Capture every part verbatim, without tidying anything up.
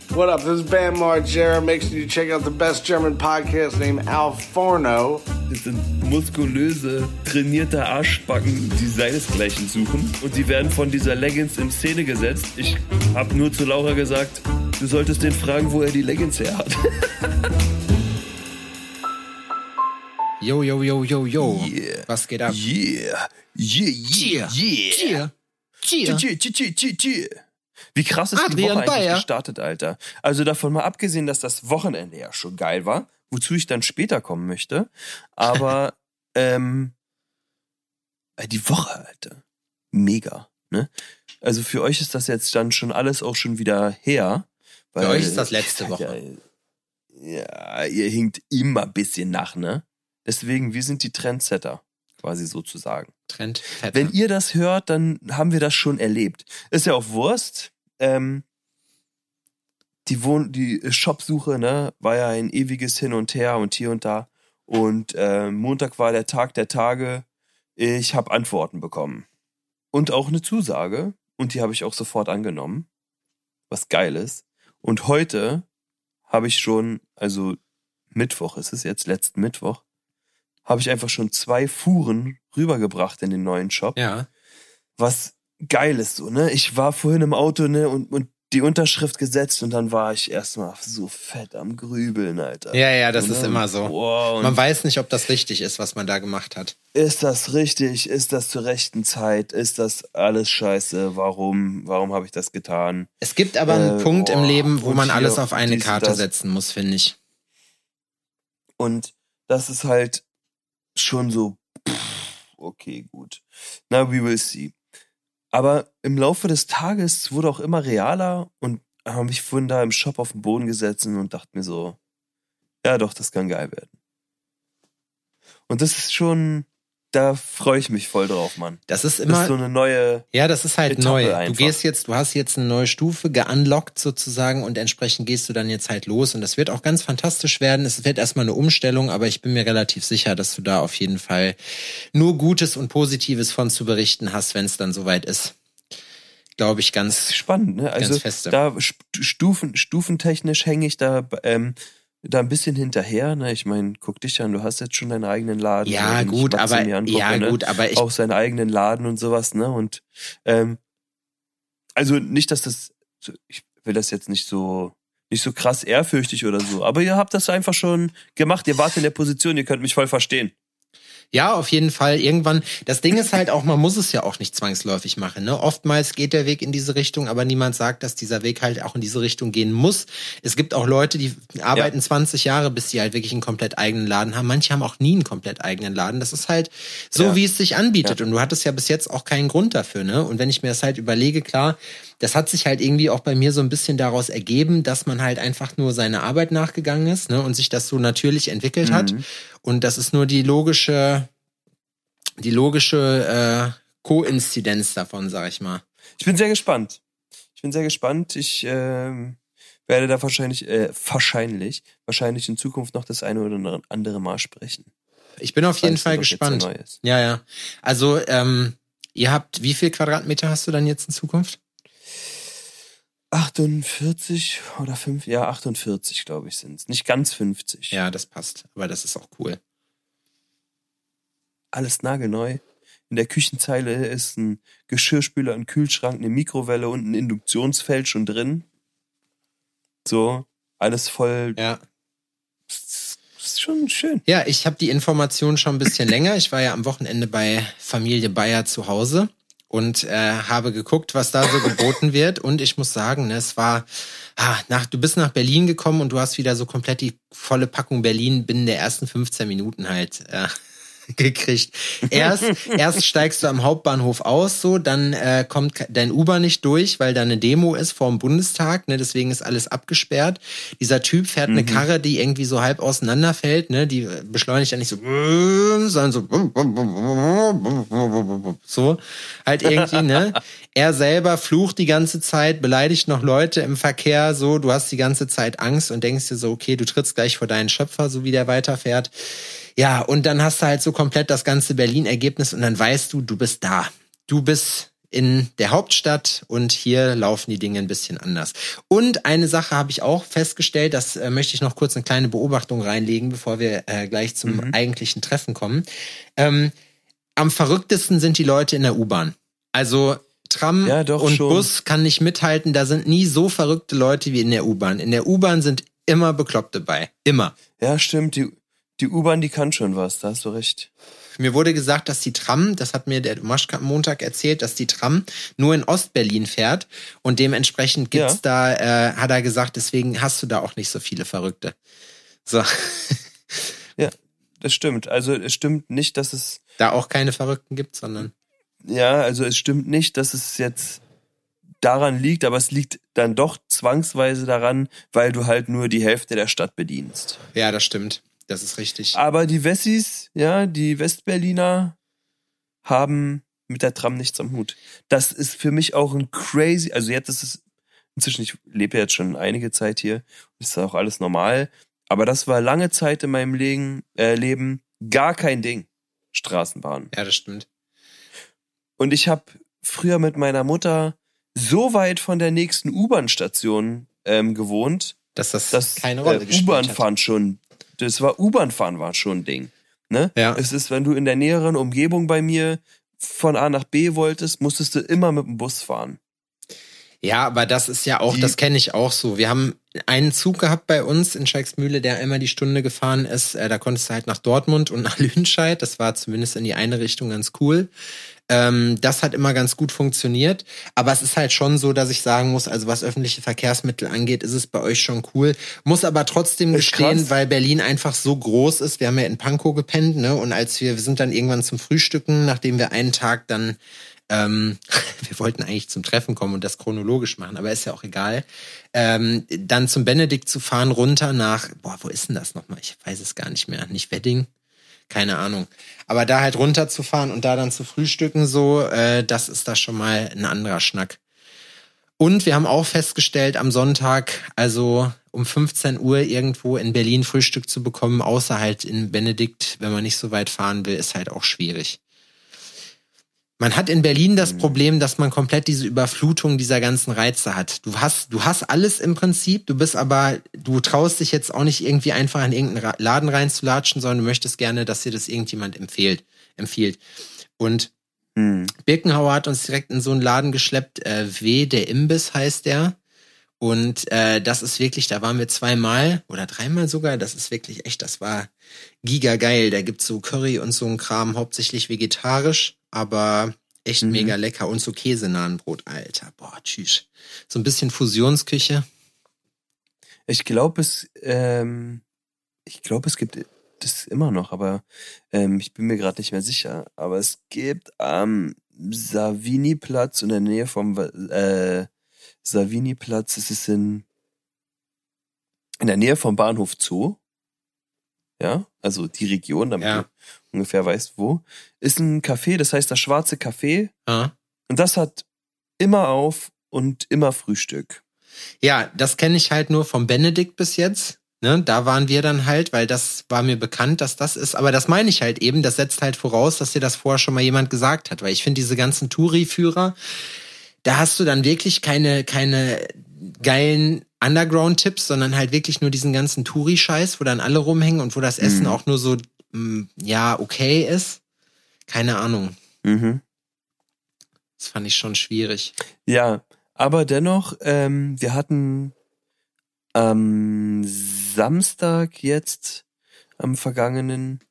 What up? This is Bam Margera. Make sure you check out the best German podcast named Al Forno. Es sind muskulöse, trainierte Arschbacken, die seinesgleichen suchen. Und die werden von dieser Leggings in Szene gesetzt. Ich habe nur zu Laura gesagt, du solltest den fragen, wo er die Leggings her hat. Yo, yo, yo, yo, yo. Yeah. Was geht ab? Yeah. Yeah, yeah, yeah. Cheer. Cheer, cheer, cheer, cheer, cheer. Wie krass ist die Adrian Woche eigentlich Bayer. gestartet, Alter? Also davon mal abgesehen, dass das Wochenende ja schon geil war, wozu ich dann später kommen möchte, aber ähm, die Woche, Alter, mega, ne? Also für euch ist das jetzt dann schon alles auch schon wieder her. Weil, Für euch ist das letzte Woche. Ja, ja, ihr hinkt immer ein bisschen nach, ne? Deswegen, wir sind die Trendsetter, quasi sozusagen. Trend. Wenn ihr das hört, dann haben wir das schon erlebt. Ist ja auch Wurst. Ähm, die Wohn die Shopsuche, ne, war ja ein ewiges Hin und Her und hier und da. Und äh, Montag war der Tag der Tage. Ich habe Antworten bekommen. Und auch eine Zusage. Und die habe ich auch sofort angenommen. Was geil ist. Und heute habe ich schon, also Mittwoch ist es jetzt, letzten Mittwoch, habe ich einfach schon zwei Fuhren rübergebracht in den neuen Shop. Ja. Was geil ist so, ne? Ich war vorhin im Auto, ne, und, und die Unterschrift gesetzt und dann war ich erstmal so fett am Grübeln, Alter. Ja, ja, das und ist dann, immer so. Wow, Man weiß nicht, ob das richtig ist, was man da gemacht hat. Ist das richtig? Ist das zur rechten Zeit? Ist das alles scheiße? Warum? Warum habe ich das getan? Es gibt aber einen Äh, Punkt im boah, Leben, wo und man hier alles auf eine dies, Karte das. setzen muss, finde ich. Und das ist halt schon so, pff, okay, gut. Na, we will see. Aber im Laufe des Tages wurde auch immer realer und habe mich vorhin da im Shop auf den Boden gesetzt und dachte mir so, ja doch, das kann geil werden. Und das ist schon, da freue ich mich voll drauf, Mann. Das ist Das immer. ist so eine neue, Ja, das ist halt Etappe neu. Du einfach. gehst jetzt, du hast jetzt eine neue Stufe geunlockt sozusagen und entsprechend gehst du dann jetzt halt los und das wird auch ganz fantastisch werden. Es wird erstmal eine Umstellung, aber ich bin mir relativ sicher, dass du da auf jeden Fall nur Gutes und Positives von zu berichten hast, wenn es dann soweit ist. Glaube ich ganz, spannend, ne? Also ganz feste. da Stufen, stufentechnisch hänge ich da ähm, da ein bisschen hinterher, ne? Ich meine, guck dich an, du hast jetzt schon deinen eigenen Laden. Ja, wenn ich gut, Matze aber- mir angucke, ja, ne? gut, aber ich- auch seinen eigenen Laden und sowas, ne? Und ähm, also nicht, dass das, ich will das jetzt nicht so nicht so krass ehrfürchtig oder so, aber ihr habt das einfach schon gemacht. Ihr wart in der Position, ihr könnt mich voll verstehen. Ja, auf jeden Fall. Irgendwann, das Ding ist halt auch, man muss es ja auch nicht zwangsläufig machen. Ne? Oftmals geht der Weg in diese Richtung, aber niemand sagt, dass dieser Weg halt auch in diese Richtung gehen muss. Es gibt auch Leute, die arbeiten Ja. zwanzig Jahre, bis sie halt wirklich einen komplett eigenen Laden haben. Manche haben auch nie einen komplett eigenen Laden. Das ist halt so, Ja. wie es sich anbietet. Ja. Und du hattest ja bis jetzt auch keinen Grund dafür. Ne? Und wenn ich mir das halt überlege, klar, das hat sich halt irgendwie auch bei mir so ein bisschen daraus ergeben, dass man halt einfach nur seiner Arbeit nachgegangen ist, ne? Und sich das so natürlich entwickelt hat. Mhm. Und das ist nur die logische die logische äh, Koinzidenz davon, sag ich mal. Ich bin sehr gespannt. Ich bin sehr gespannt. Ich ähm, werde da wahrscheinlich, äh, wahrscheinlich, wahrscheinlich in Zukunft noch das eine oder andere Mal sprechen. Ich bin auf jeden Falls Fall das jetzt gespannt. so neu ist. Ja, ja. Also, ähm, ihr habt, wie viel Quadratmeter hast du dann jetzt in Zukunft? achtundvierzig oder fünf, ja, achtundvierzig, glaube ich, sind es. Nicht ganz fünfzig. Ja, das passt. Aber das ist auch cool. Alles nagelneu. In der Küchenzeile ist ein Geschirrspüler, ein Kühlschrank, eine Mikrowelle und ein Induktionsfeld schon drin. So, alles voll. Ja. Das ist schon schön. Ja, ich habe die Information schon ein bisschen länger. Ich war ja am Wochenende bei Familie Bayer zu Hause und äh, habe geguckt, was da so geboten wird. Und ich muss sagen, ne, es war, ah, nach, du bist nach Berlin gekommen und du hast wieder so komplett die volle Packung Berlin binnen der ersten fünfzehn Minuten halt äh, gekriegt. Erst, erst steigst du am Hauptbahnhof aus, so, dann äh, kommt dein Uber nicht durch, weil da eine Demo ist vor dem Bundestag, ne, deswegen ist alles abgesperrt. Dieser Typ fährt eine Mhm. Karre, die irgendwie so halb auseinanderfällt, ne, die beschleunigt ja nicht so, sondern so, so, halt irgendwie, ne. Er selber flucht die ganze Zeit, beleidigt noch Leute im Verkehr, so, du hast die ganze Zeit Angst und denkst dir so, okay, du trittst gleich vor deinen Schöpfer, so wie der weiterfährt. Ja, und dann hast du halt so komplett das ganze Berlin-Ergebnis und dann weißt du, du bist da. Du bist in der Hauptstadt und hier laufen die Dinge ein bisschen anders. Und eine Sache habe ich auch festgestellt, das äh, möchte ich noch kurz eine kleine Beobachtung reinlegen, bevor wir äh, gleich zum mhm. eigentlichen Treffen kommen. Ähm, am verrücktesten sind die Leute in der U-Bahn. Also Tram ja, doch, und schon. Bus kann nicht mithalten, da sind nie so verrückte Leute wie in der U-Bahn. In der U-Bahn sind immer Bekloppte bei. Immer. Ja, stimmt, die, die U-Bahn, die kann schon was, da hast du recht. Mir wurde gesagt, dass die Tram, das hat mir der Maschka am Montag erzählt, dass die Tram nur in Ostberlin fährt und dementsprechend gibt's ja. da, äh, hat er gesagt, deswegen hast du da auch nicht so viele Verrückte. So. Ja, das stimmt. Also es stimmt nicht, dass es da auch keine Verrückten gibt, sondern ja, also es stimmt nicht, dass es jetzt daran liegt, aber es liegt dann doch zwangsweise daran, weil du halt nur die Hälfte der Stadt bedienst. Ja, das stimmt. Das ist richtig. Aber die Wessis, ja, die Westberliner haben mit der Tram nichts am Hut. Das ist für mich auch ein crazy, also jetzt ist es inzwischen, ich lebe jetzt schon einige Zeit hier, ist auch alles normal, aber das war lange Zeit in meinem Leben, äh, Leben gar kein Ding, Straßenbahn. Ja, das stimmt. Und ich habe früher mit meiner Mutter so weit von der nächsten U-Bahn-Station ähm, gewohnt, dass das dass, keine Rolle äh, gespielt U-Bahn-Fahren schon Das war U-Bahn-Fahren war schon ein Ding. Ne? Ja. Es ist, wenn du in der näheren Umgebung bei mir von A nach B wolltest, musstest du immer mit dem Bus fahren. Ja, aber das ist ja auch, Die, das kenne ich auch so. Wir haben einen Zug gehabt bei uns in Schalksmühle, der einmal die Stunde gefahren ist. Äh, da konntest du halt nach Dortmund und nach Lüdenscheid. Das war zumindest in die eine Richtung ganz cool. Ähm, das hat immer ganz gut funktioniert. Aber es ist halt schon so, dass ich sagen muss, also was öffentliche Verkehrsmittel angeht, ist es bei euch schon cool. Muss aber trotzdem gestehen, krass. Weil Berlin einfach so groß ist. Wir haben ja in Pankow gepennt, ne? Und als wir, wir sind dann irgendwann zum Frühstücken, nachdem wir einen Tag dann Ähm, wir wollten eigentlich zum Treffen kommen und das chronologisch machen, aber ist ja auch egal. Ähm, dann zum Benedikt zu fahren, runter nach, boah, wo ist denn das nochmal? Ich weiß es gar nicht mehr. Nicht Wedding? Keine Ahnung. Aber da halt runterzufahren und da dann zu frühstücken so, äh, das ist da schon mal ein anderer Schnack. Und wir haben auch festgestellt, am Sonntag, also um fünfzehn Uhr irgendwo in Berlin Frühstück zu bekommen, außer halt in Benedikt, wenn man nicht so weit fahren will, ist halt auch schwierig. Man hat in Berlin das Problem, dass man komplett diese Überflutung dieser ganzen Reize hat. Du hast, du hast alles im Prinzip, du bist aber, du traust dich jetzt auch nicht irgendwie einfach in irgendeinen Laden reinzulatschen, sondern du möchtest gerne, dass dir das irgendjemand empfiehlt, empfiehlt. Und hm. Birkenhauer hat uns direkt in so einen Laden geschleppt, äh, W, der Imbiss heißt der. Und äh, das ist wirklich, da waren wir zweimal oder dreimal sogar, das ist wirklich echt, das war giga geil. Da gibt's so Curry und so ein Kram, hauptsächlich vegetarisch, aber echt mhm. mega lecker. Und so Käsenahenbrot, Alter, boah, tschüss. So ein bisschen Fusionsküche. Ich glaube, es, ähm, ich glaube, es gibt das immer noch, aber ähm, ich bin mir gerade nicht mehr sicher. Aber es gibt am Savini-Platz in der Nähe vom äh, Savini-Platz, es ist in, in der Nähe vom Bahnhof Zoo. Ja, also die Region, damit ja. du ungefähr weißt, wo. Ist ein Café, das heißt das Schwarze Café. Ah. Und das hat immer auf und immer Frühstück. Ja, das kenne ich halt nur vom Benedikt bis jetzt. Ne, da waren wir dann halt, weil das war mir bekannt, dass das ist. Aber das meine ich halt eben, das setzt halt voraus, dass dir das vorher schon mal jemand gesagt hat. Weil ich finde, diese ganzen Touri-Führer, da hast du dann wirklich keine, keine geilen Underground-Tipps, sondern halt wirklich nur diesen ganzen Touri-Scheiß, wo dann alle rumhängen und wo das Essen mhm. auch nur so, mh, ja, okay ist. Keine Ahnung. Mhm. Das fand ich schon schwierig. Ja, aber dennoch, ähm, wir hatten am Samstag jetzt, am vergangenen,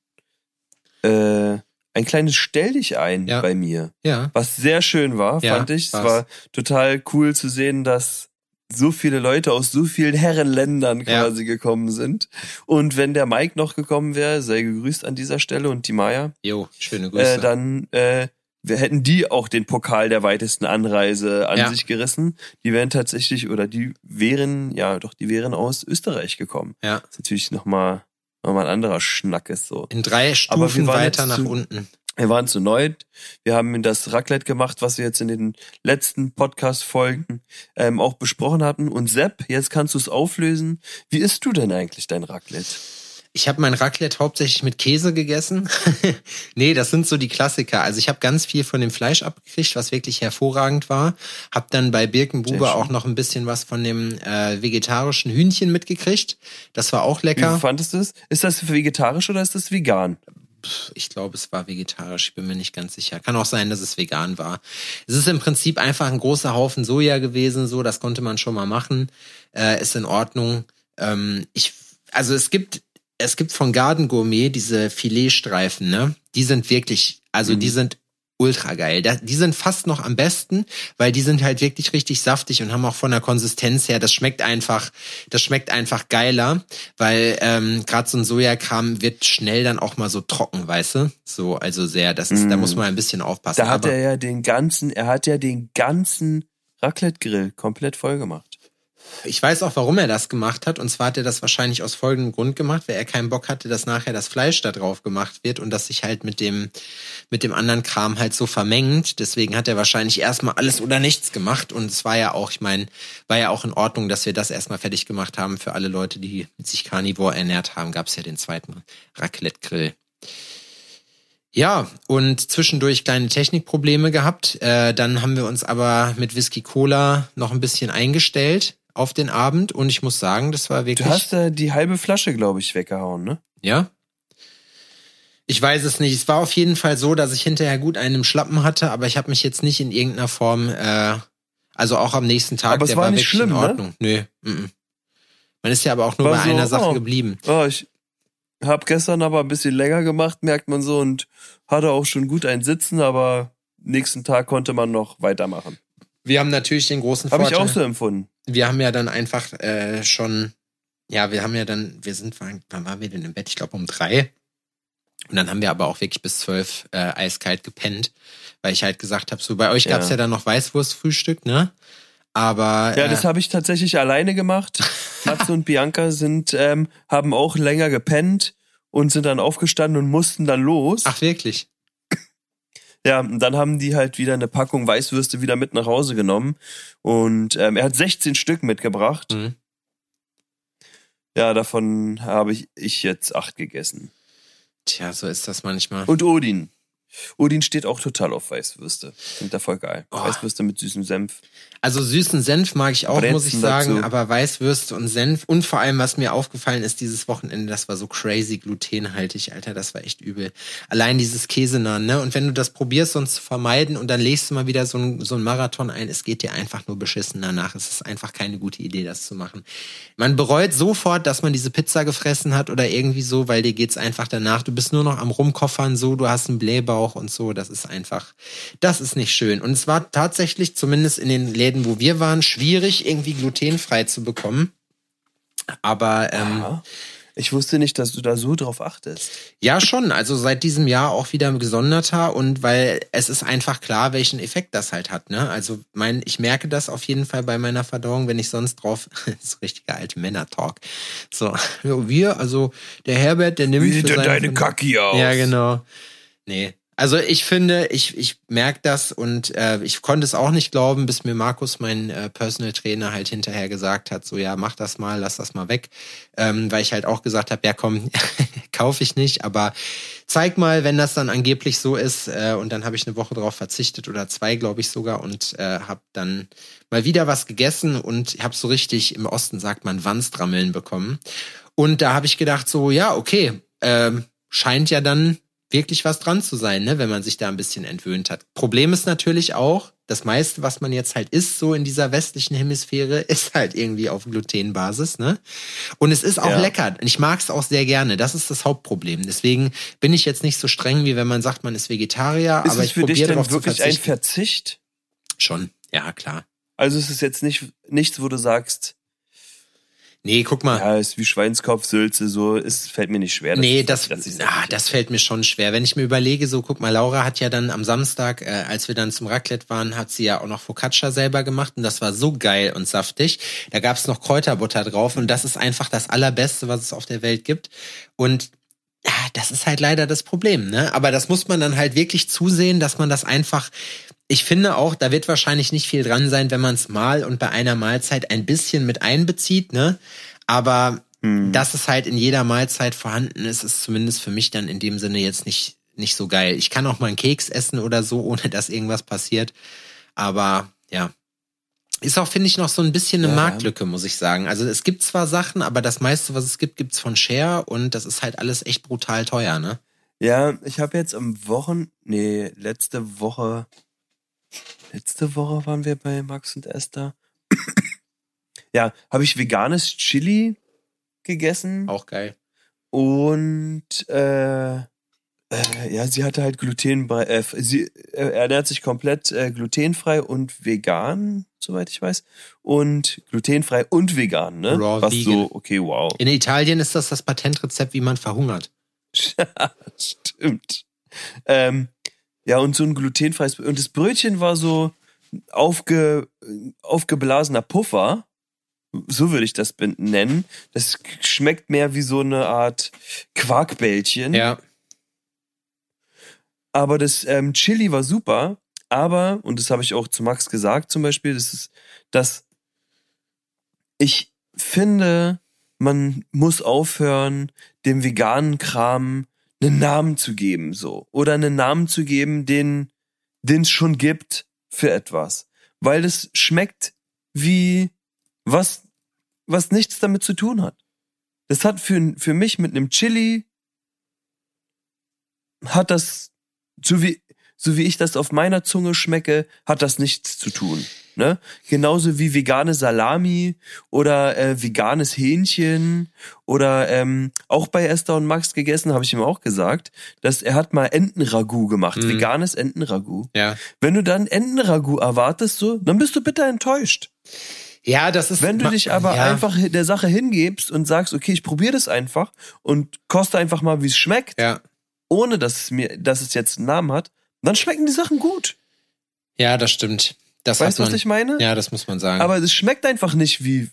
äh, ein kleines Stell dich ein ja. bei mir. Ja. Was sehr schön war, ja, fand ich. was. Es war total cool zu sehen, dass so viele Leute aus so vielen Herrenländern quasi ja. gekommen sind. Und wenn der Mike noch gekommen wäre, sei gegrüßt an dieser Stelle und die Maya. Jo, schöne Grüße. Äh, dann äh, wir hätten die auch den Pokal der weitesten Anreise an ja. sich gerissen. Die wären tatsächlich, oder die wären, ja doch, die wären aus Österreich gekommen. Ja. Das ist natürlich nochmal nochmal ein anderer Schnack ist so. In drei Stufen weiter nach zu, unten. Wir waren zu neunt. Wir haben das Raclette gemacht, was wir jetzt in den letzten Podcast-Folgen ähm, auch besprochen hatten. Und Sepp, jetzt kannst du es auflösen. Wie isst du denn eigentlich dein Raclette? Ich habe mein Raclette hauptsächlich mit Käse gegessen. Nee, das sind so die Klassiker. Also ich habe ganz viel von dem Fleisch abgekriegt, was wirklich hervorragend war. Hab dann bei Birkenbube auch noch ein bisschen was von dem äh, vegetarischen Hühnchen mitgekriegt. Das war auch lecker. Wie fandest du es? Ist das vegetarisch oder ist das vegan? Ich glaube, es war vegetarisch. Ich bin mir nicht ganz sicher. Kann auch sein, dass es vegan war. Es ist im Prinzip einfach ein großer Haufen Soja gewesen. So, das konnte man schon mal machen. Äh, ist in Ordnung. Ähm, ich, also es gibt Es gibt von Garden Gourmet diese Filetstreifen, ne? Die sind wirklich, also mhm. die sind ultra geil. Die sind fast noch am besten, weil die sind halt wirklich richtig saftig und haben auch von der Konsistenz her, das schmeckt einfach, das schmeckt einfach geiler, weil ähm, gerade so ein Sojakram wird schnell dann auch mal so trocken, weißt du? So, also sehr, das ist, mhm. da muss man ein bisschen aufpassen. Da hat Aber er ja den ganzen, er hat ja den ganzen Raclette-Grill komplett voll gemacht. Ich weiß auch, warum er das gemacht hat. Und zwar hat er das wahrscheinlich aus folgendem Grund gemacht, weil er keinen Bock hatte, dass nachher das Fleisch da drauf gemacht wird und das sich halt mit dem mit dem anderen Kram halt so vermengt. Deswegen hat er wahrscheinlich erstmal alles oder nichts gemacht. Und es war ja auch, ich meine, war ja auch in Ordnung, dass wir das erstmal fertig gemacht haben. Für alle Leute, die sich Carnivore ernährt haben, gab es ja den zweiten Raclette-Grill. Ja, und zwischendurch kleine Technikprobleme gehabt. Äh, dann haben wir uns aber mit Whisky Cola noch ein bisschen eingestellt auf den Abend und ich muss sagen, das war wirklich... Du hast da die halbe Flasche, glaube ich, weggehauen, ne? Ja. Ich weiß es nicht. Es war auf jeden Fall so, dass ich hinterher gut einen im Schlappen hatte, aber ich habe mich jetzt nicht in irgendeiner Form, äh, also auch am nächsten Tag, aber es der war war nicht wirklich schlimm, in Ordnung. Ne? Nö. M-m. Man ist ja aber auch nur war bei so, einer Sache oh, geblieben. Oh, ich hab gestern aber ein bisschen länger gemacht, merkt man so, und hatte auch schon gut ein Sitzen, aber nächsten Tag konnte man noch weitermachen. Wir haben natürlich den großen Hab Vorteil. Habe ich auch so empfunden. Wir haben ja dann einfach äh, schon, ja, wir haben ja dann, wir sind, wann, wann waren wir denn im Bett? Ich glaube um drei. Und dann haben wir aber auch wirklich bis zwölf äh, eiskalt gepennt, weil ich halt gesagt habe, so bei euch gab's ja. ja dann noch Weißwurstfrühstück, ne? Aber ja, äh, das habe ich tatsächlich alleine gemacht. Matze und Bianca sind ähm, haben auch länger gepennt und sind dann aufgestanden und mussten dann los. Ach wirklich? Ja, und dann haben die halt wieder eine Packung Weißwürste wieder mit nach Hause genommen. Und ähm, er hat sechzehn Stück mitgebracht. Mhm. Ja, davon habe ich, ich jetzt acht gegessen. Tja, so ist das manchmal. Und Odin. Odin steht auch total auf Weißwürste. Sind da voll geil. Oh. Weißwürste mit süßem Senf. Also süßen Senf mag ich auch, Brezen muss ich sagen, dazu. aber Weißwürste und Senf und vor allem, was mir aufgefallen ist dieses Wochenende, das war so crazy glutenhaltig, Alter, das war echt übel. Allein dieses Käsenahn, ne? Und wenn du das probierst, sonst zu vermeiden und dann legst du mal wieder so ein, so ein Marathon ein, es geht dir einfach nur beschissen danach. Es ist einfach keine gute Idee, das zu machen. Man bereut sofort, dass man diese Pizza gefressen hat oder irgendwie so, weil dir geht's einfach danach. Du bist nur noch am Rumkoffern so, du hast einen Blähbauch und so, das ist einfach, das ist nicht schön. Und es war tatsächlich, zumindest in den Läden, wo wir waren, schwierig, irgendwie glutenfrei zu bekommen. Aber ähm, ja. Ich wusste nicht, dass du da so drauf achtest. Ja, schon. Also seit diesem Jahr auch wieder gesonderter und weil es ist einfach klar, welchen Effekt das halt hat. Ne? Also mein, ich merke das auf jeden Fall bei meiner Verdauung, wenn ich sonst drauf, das ist richtiger alte Männer-Talk. So, wir, also der Herbert, der nimmt Wie sieht für denn seine deine Kacki aus? Ja, genau. Nee. Also ich finde, ich ich merke das und äh, ich konnte es auch nicht glauben, bis mir Markus, mein äh, Personal Trainer, halt hinterher gesagt hat, so ja, mach das mal, lass das mal weg, ähm, weil ich halt auch gesagt habe, ja komm, kaufe ich nicht, aber zeig mal, wenn das dann angeblich so ist äh, und dann habe ich eine Woche drauf verzichtet oder zwei, glaube ich sogar und äh, habe dann mal wieder was gegessen und habe so richtig, im Osten sagt man, Wanstrammeln bekommen und da habe ich gedacht so, ja, okay, äh, scheint ja dann wirklich was dran zu sein, ne, wenn man sich da ein bisschen entwöhnt hat. Problem ist natürlich auch, das meiste, was man jetzt halt isst, so in dieser westlichen Hemisphäre, ist halt irgendwie auf Glutenbasis, ne? Und es ist auch ja. lecker. Ich mag es auch sehr gerne. Das ist das Hauptproblem. Deswegen bin ich jetzt nicht so streng, wie wenn man sagt, man ist Vegetarier, ist aber es ich für dich probiere denn darauf wirklich zu ein verzichten. Verzicht? Schon, ja, klar. Also es ist jetzt nicht nichts, wo du sagst, nee, guck mal. Ja, ist wie Schweinskopfsülze, so, ist, fällt mir nicht schwer. Nee, das, dass ich ah, das fällt mir schon schwer. Wenn ich mir überlege, so, guck mal, Laura hat ja dann am Samstag, äh, als wir dann zum Raclette waren, hat sie ja auch noch Focaccia selber gemacht und das war so geil und saftig. Da gab's noch Kräuterbutter drauf und das ist einfach das Allerbeste, was es auf der Welt gibt. Und ja, das ist halt leider das Problem, ne? Aber das muss man dann halt wirklich zusehen, dass man das einfach, ich finde auch, da wird wahrscheinlich nicht viel dran sein, wenn man es mal und bei einer Mahlzeit ein bisschen mit einbezieht, ne? Aber hm. dass es halt in jeder Mahlzeit vorhanden ist, ist zumindest für mich dann in dem Sinne jetzt nicht, nicht so geil. Ich kann auch mal einen Keks essen oder so, ohne dass irgendwas passiert. Aber ja, ist auch, finde ich, noch so ein bisschen eine ja, Marktlücke, muss ich sagen. Also es gibt zwar Sachen, aber das meiste, was es gibt, gibt's von Share und das ist halt alles echt brutal teuer, ne? Ja, ich habe jetzt am Wochen, nee, letzte Woche, letzte Woche waren wir bei Max und Esther. Ja, habe ich veganes Chili gegessen. Auch geil. Und äh, äh, ja, sie hatte halt glutenfrei, äh, sie äh, ernährt sich komplett äh, glutenfrei und vegan, soweit ich weiß. Und glutenfrei und vegan, ne? Raw Was vegan. so, okay, wow. In Italien ist das das Patentrezept, wie man verhungert. Stimmt. Ähm, ja, und so ein glutenfreies, und das Brötchen war so aufge, aufgeblasener Puffer. So würde ich das nennen. Das schmeckt mehr wie so eine Art Quarkbällchen. Ja. Aber das ähm, Chili war super. Aber, und das habe ich auch zu Max gesagt zum Beispiel, das ist, dass ich finde, man muss aufhören, dem veganen Kram einen Namen zu geben, so. Oder einen Namen zu geben, den den es schon gibt für etwas. Weil das schmeckt wie was, was nichts damit zu tun hat. Das hat für, für mich mit einem Chili hat das, so wie, so wie ich das auf meiner Zunge schmecke, hat das nichts zu tun. Ne? Genauso wie vegane Salami oder äh, veganes Hähnchen oder ähm, auch bei Esther und Max gegessen, habe ich ihm auch gesagt, dass er hat mal Entenragout gemacht, mhm. veganes Entenragout. Ja. Wenn du dann Entenragout erwartest, so, dann bist du bitter enttäuscht. Ja, das ist. Wenn du dich aber ja. einfach der Sache hingibst und sagst, okay, ich probiere das einfach und koste einfach mal, wie es schmeckt, ja. ohne dass es mir, dass es jetzt einen Namen hat, dann schmecken die Sachen gut. Ja, das stimmt. Das weißt du, was ich meine? Ja, das muss man sagen. Aber es schmeckt einfach nicht wie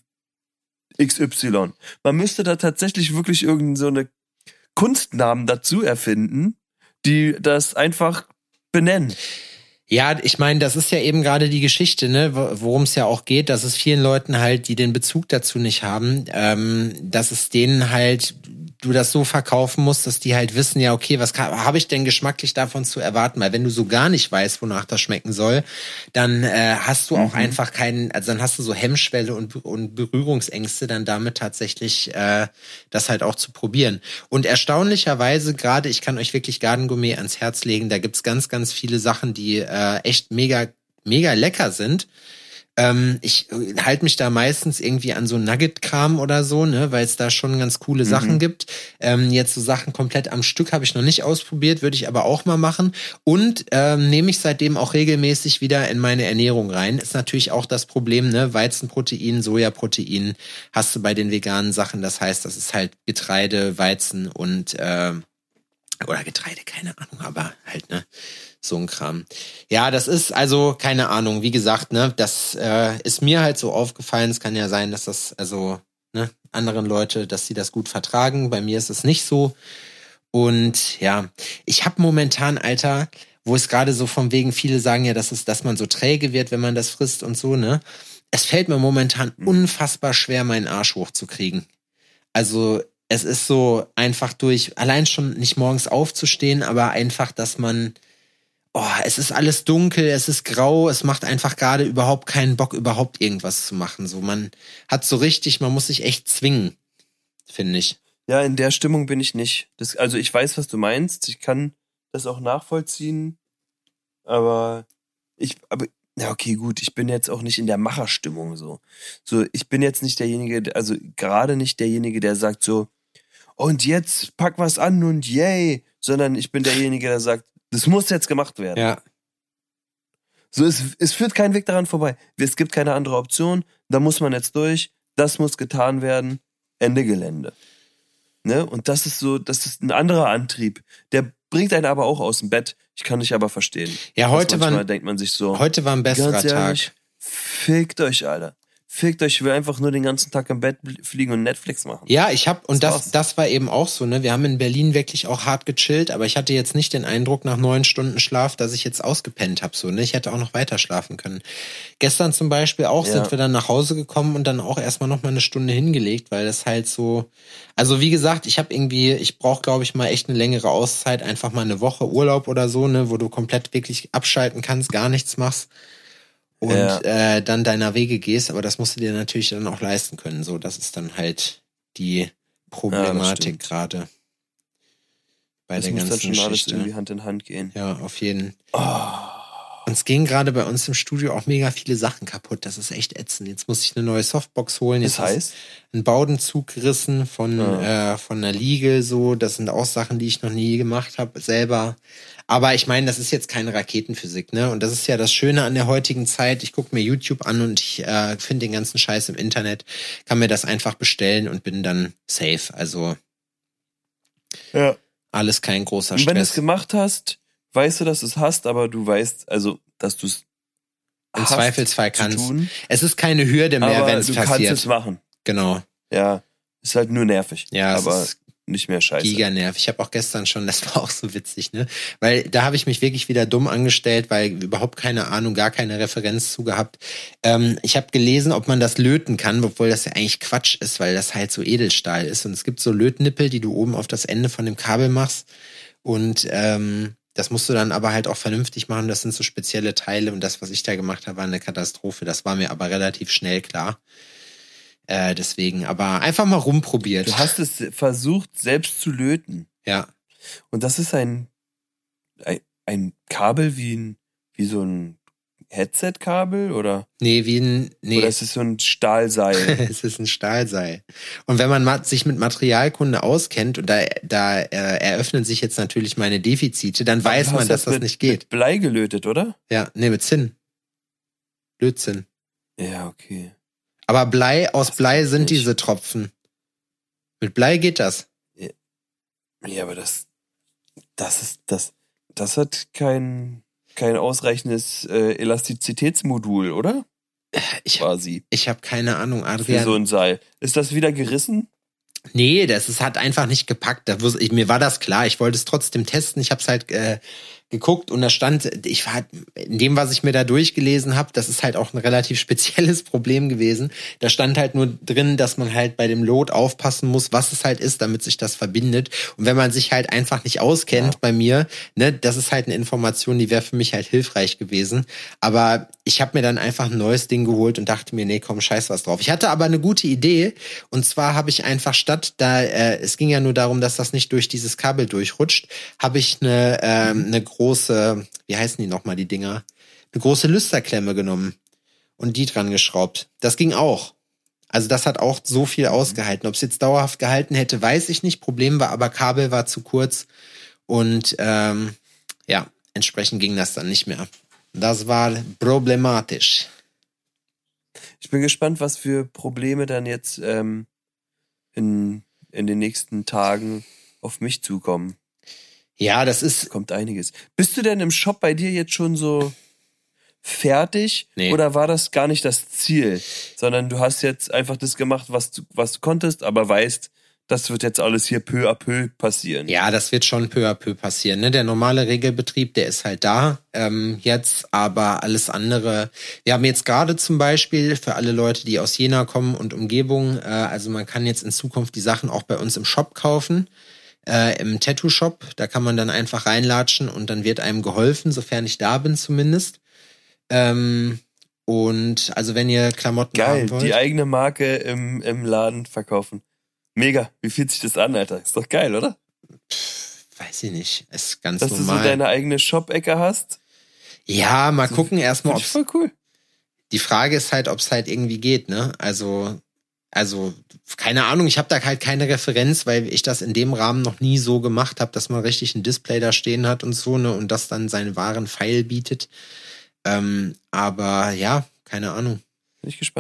X Y. Man müsste da tatsächlich wirklich irgendeine so eine Kunstnamen dazu erfinden, die das einfach benennen. Ja, ich meine, das ist ja eben gerade die Geschichte, ne, worum es ja auch geht, dass es vielen Leuten halt, die den Bezug dazu nicht haben, ähm, dass es denen halt, du das so verkaufen musst, dass die halt wissen, ja, okay, was habe ich denn geschmacklich davon zu erwarten? Weil wenn du so gar nicht weißt, wonach das schmecken soll, dann äh, hast du auch mhm. einfach keinen, also dann hast du so Hemmschwelle und, und Berührungsängste, dann damit tatsächlich äh, das halt auch zu probieren. Und erstaunlicherweise gerade, ich kann euch wirklich Garden Gourmet ans Herz legen, da gibt's ganz, ganz viele Sachen, die äh, echt mega, mega lecker sind. Ähm, ich halte mich da meistens irgendwie an so Nugget-Kram oder so, ne, weil es da schon ganz coole mhm. Sachen gibt. Ähm, jetzt so Sachen komplett am Stück habe ich noch nicht ausprobiert, würde ich aber auch mal machen. Und ähm, nehme ich seitdem auch regelmäßig wieder in meine Ernährung rein. Ist natürlich auch das Problem, ne, Weizenprotein, Sojaprotein hast du bei den veganen Sachen. Das heißt, das ist halt Getreide, Weizen und äh, oder Getreide, keine Ahnung, aber halt, ne, so ein Kram. Ja, das ist also, keine Ahnung, wie gesagt, ne, das äh, ist mir halt so aufgefallen. Es kann ja sein, dass das, also, ne, anderen Leute, dass sie das gut vertragen. Bei mir ist es nicht so. Und ja, ich habe momentan, Alter, wo es gerade so von wegen, viele sagen ja, dass es, dass man so träge wird, wenn man das frisst und so, ne. Es fällt mir momentan unfassbar schwer, meinen Arsch hochzukriegen. Also, es ist so einfach durch, allein schon nicht morgens aufzustehen, aber einfach, dass man, oh, es ist alles dunkel, es ist grau, es macht einfach gerade überhaupt keinen Bock, überhaupt irgendwas zu machen. So, man hat so richtig, man muss sich echt zwingen, finde ich. Ja, in der Stimmung bin ich nicht. Das, also ich weiß, was du meinst. Ich kann das auch nachvollziehen. Aber ich, aber, ja, okay, gut. Ich bin jetzt auch nicht in der Macherstimmung so. So, ich bin jetzt nicht derjenige, also gerade nicht derjenige, der sagt so, und jetzt pack was an und yay, sondern ich bin derjenige, der sagt, das muss jetzt gemacht werden. Ja. So, es, es führt kein Weg daran vorbei. Es gibt keine andere Option, da muss man jetzt durch, das muss getan werden, Ende Gelände. Ne? Und das ist so, das ist ein anderer Antrieb. Der bringt einen aber auch aus dem Bett. Ich kann dich aber verstehen. Ja, heute war, denkt man sich so, heute war ein besserer Tag. Fickt euch, Alter. fickt euch, ich will einfach nur den ganzen Tag im Bett fliegen und Netflix machen. Ja, ich hab, und Das das, das war eben auch so, ne? Wir haben in Berlin wirklich auch hart gechillt, aber ich hatte jetzt nicht den Eindruck nach neun Stunden Schlaf, dass ich jetzt ausgepennt habe, so, ne? Ich hätte auch noch weiter schlafen können. Gestern zum Beispiel auch Ja. sind wir dann nach Hause gekommen und dann auch erstmal noch mal eine Stunde hingelegt, weil das halt so, also wie gesagt, ich habe irgendwie, ich brauche glaube ich mal echt eine längere Auszeit, einfach mal eine Woche Urlaub oder so, ne? Wo du komplett wirklich abschalten kannst, gar nichts machst. Und Ja. äh, dann deiner Wege gehst, aber das musst du dir natürlich dann auch leisten können. So, das ist dann halt die Problematik Ja, gerade bei Das der muss dann ganzen schon alles Geschichte. irgendwie Hand in Hand gehen. Ja, auf jeden. Oh. Uns gehen gerade bei uns im Studio auch mega viele Sachen kaputt. Das ist echt ätzend. Jetzt muss ich eine neue Softbox holen. Jetzt Das heißt? ist ein Bowdenzug gerissen von Ah. äh, von einer Liege. So, das sind auch Sachen, die ich noch nie gemacht habe selber. Aber ich meine, das ist jetzt keine Raketenphysik, ne? Und das ist ja das Schöne an der heutigen Zeit. Ich gucke mir YouTube an und ich äh, finde den ganzen Scheiß im Internet, kann mir das einfach bestellen und bin dann safe. Also Ja. alles kein großer Und wenn du es Stress. gemacht hast, weißt du, dass du es hast, aber du weißt, also, dass du es Im hast Zweifelsfall zu kannst. tun, Es ist keine Hürde mehr, aber wenn es du kannst passiert. es machen. Genau. Ja, ist halt nur nervig. Ja, es aber ist nicht mehr scheiße. Giganerv. Ich habe auch gestern schon, das war auch so witzig, ne? Weil da habe ich mich wirklich wieder dumm angestellt, weil überhaupt keine Ahnung, gar keine Referenz zu gehabt. Ähm, ich habe gelesen, ob man das löten kann, obwohl das ja eigentlich Quatsch ist, weil das halt so Edelstahl ist. Und es gibt so Lötnippel, die du oben auf das Ende von dem Kabel machst. Und ähm, das musst du dann aber halt auch vernünftig machen. Das sind so spezielle Teile. Und das, was ich da gemacht habe, war eine Katastrophe. Das war mir aber relativ schnell klar. Äh, deswegen, aber einfach mal rumprobiert. Du hast es versucht, selbst zu löten. Ja. Und das ist ein, ein, ein Kabel wie ein, wie so ein Headset-Kabel oder? Nee, wie ein, nee. Oder ist es so ein Stahlseil? Es ist ein Stahlseil. Und wenn man ma- sich mit Materialkunde auskennt, und da, da äh, eröffnen sich jetzt natürlich meine Defizite, dann weiß Du man, hast dass das mit, nicht geht. Mit Blei gelötet, oder? Ja, nee, mit Zinn. Blödsinn. Ja, okay. Aber Blei, aus Das Blei kann ich sind nicht. diese Tropfen. Mit Blei geht das. Ja, aber das, das ist, das, das hat kein, kein ausreichendes äh, Elastizitätsmodul, oder? Ich, Quasi. ich habe keine Ahnung, Für Adrian. so ein Seil. Ist das wieder gerissen? Nee, das ist, hat einfach nicht gepackt. Da wus- ich, mir war das klar. Ich wollte es trotzdem testen. Ich habe es halt äh, geguckt und da stand, ich war in dem, was ich mir da durchgelesen habe, das ist halt auch ein relativ spezielles Problem gewesen. Da stand halt nur drin, dass man halt bei dem Lot aufpassen muss, was es halt ist, damit sich das verbindet. Und wenn man sich halt einfach nicht auskennt Ja. bei mir, ne, das ist halt eine Information, die wäre für mich halt hilfreich gewesen. Aber ich habe mir dann einfach ein neues Ding geholt und dachte mir, nee, komm, scheiß was drauf. Ich hatte aber eine gute Idee und zwar habe ich einfach statt, da äh, es ging ja nur darum, dass das nicht durch dieses Kabel durchrutscht, habe ich eine ähm, eine große, wie heißen die nochmal, die Dinger? Eine große Lüsterklemme genommen und die dran geschraubt. Das ging auch. Also das hat auch so viel ausgehalten. Ob es jetzt dauerhaft gehalten hätte, weiß ich nicht. Problem war aber, Kabel war zu kurz und ähm, ja, entsprechend ging das dann nicht mehr. Das war problematisch. Ich bin gespannt, was für Probleme dann jetzt ähm, in, in den nächsten Tagen auf mich zukommen. Ja, das ist, Kommt einiges. Bist du denn im Shop bei dir jetzt schon so fertig? Nee. Oder war das gar nicht das Ziel? Sondern du hast jetzt einfach das gemacht, was du, was du konntest, aber weißt, das wird jetzt alles hier peu à peu passieren. ja, das wird schon peu à peu passieren. Ne? Der normale Regelbetrieb, der ist halt da ähm, jetzt, aber alles andere. Wir haben jetzt gerade zum Beispiel für alle Leute, die aus Jena kommen und Umgebung, äh, also man kann jetzt in Zukunft die Sachen auch bei uns im Shop kaufen. Äh, im Tattoo-Shop, da kann man dann einfach reinlatschen und dann wird einem geholfen, sofern ich da bin zumindest. Ähm, und also wenn ihr Klamotten Geil, haben wollt. die eigene Marke im, im Laden verkaufen. Mega, wie fühlt sich das an, Alter? Ist doch geil, oder? Weiß ich nicht, ist ganz Dass normal. du so deine eigene Shop-Ecke hast. ja, mal gucken erstmal, Finde ich ob's voll cool. die Frage ist halt, ob es halt irgendwie geht, ne? Also, also keine Ahnung, ich habe da halt keine Referenz, weil ich das in dem Rahmen noch nie so gemacht habe, dass man richtig ein Display da stehen hat und so, ne? Und das dann seine Waren Pfeil bietet. Ähm, aber ja, keine Ahnung. Bin ich gespannt.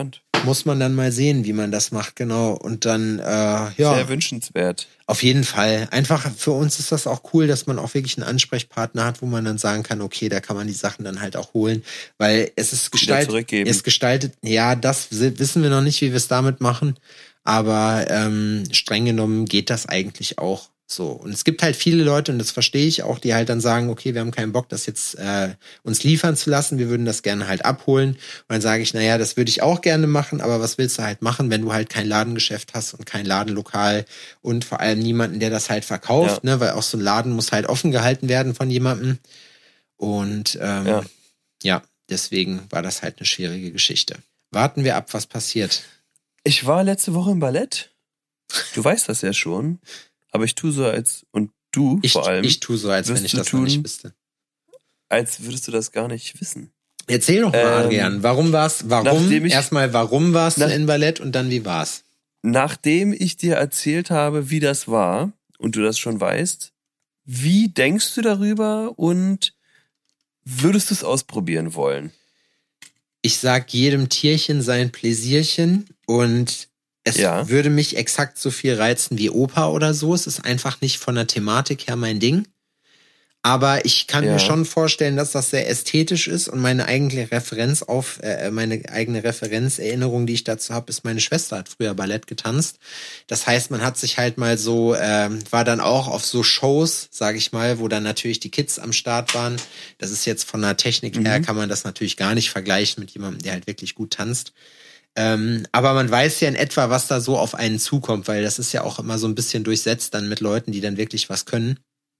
muss man dann mal sehen, wie man das macht, genau. Und dann, äh, ja. Sehr wünschenswert. Auf jeden Fall. Einfach für uns ist das auch cool, dass man auch wirklich einen Ansprechpartner hat, wo man dann sagen kann, okay, da kann man die Sachen dann halt auch holen. Weil es ist gestaltet, es gestaltet, ja, das wissen wir noch nicht, wie wir es damit machen. Aber ähm, streng genommen geht das eigentlich auch. So, und es gibt halt viele Leute, und das verstehe ich auch, die halt dann sagen, okay, wir haben keinen Bock, das jetzt äh, uns liefern zu lassen, wir würden das gerne halt abholen. Und dann sage ich, naja, das würde ich auch gerne machen, aber was willst du halt machen, wenn du halt kein Ladengeschäft hast und kein Ladenlokal und vor allem niemanden, der das halt verkauft, ja. ne, weil auch so ein Laden muss halt offen gehalten werden von jemandem. Und ähm, ja. ja, deswegen war das halt eine schwierige Geschichte. Warten wir ab, was passiert. Ich war letzte Woche im Ballett. Du weißt das ja schon. Aber ich tue so als, und du ich, vor allem. Ich tue so, als wenn ich das tun, noch nicht wüsste. Als würdest du das gar nicht wissen. Erzähl doch mal, ähm, Adrian. Warum war's, warum, ich, erstmal, warum warst nach, du in Ballett und dann wie war's? Nachdem ich dir erzählt habe, wie das war, und du das schon weißt, wie denkst du darüber und würdest du es ausprobieren wollen? Ich sag jedem Tierchen sein Pläsierchen und es ja. würde mich exakt so viel reizen wie Oper oder so. Es ist einfach nicht von der Thematik her mein Ding. Aber ich kann ja. mir schon vorstellen, dass das sehr ästhetisch ist und meine eigene Referenz auf, äh, meine eigene Referenzerinnerung, die ich dazu habe, ist, meine Schwester hat früher Ballett getanzt. Das heißt, man hat sich halt mal so, ähm, war dann auch auf so Shows, sage ich mal, wo dann natürlich die Kids am Start waren. Das ist jetzt von der Technik mhm. her, kann man das natürlich gar nicht vergleichen mit jemandem, der halt wirklich gut tanzt. Ähm, aber man weiß ja in etwa, was da so auf einen zukommt, weil das ist ja auch immer so ein bisschen durchsetzt dann mit Leuten, die dann wirklich was können.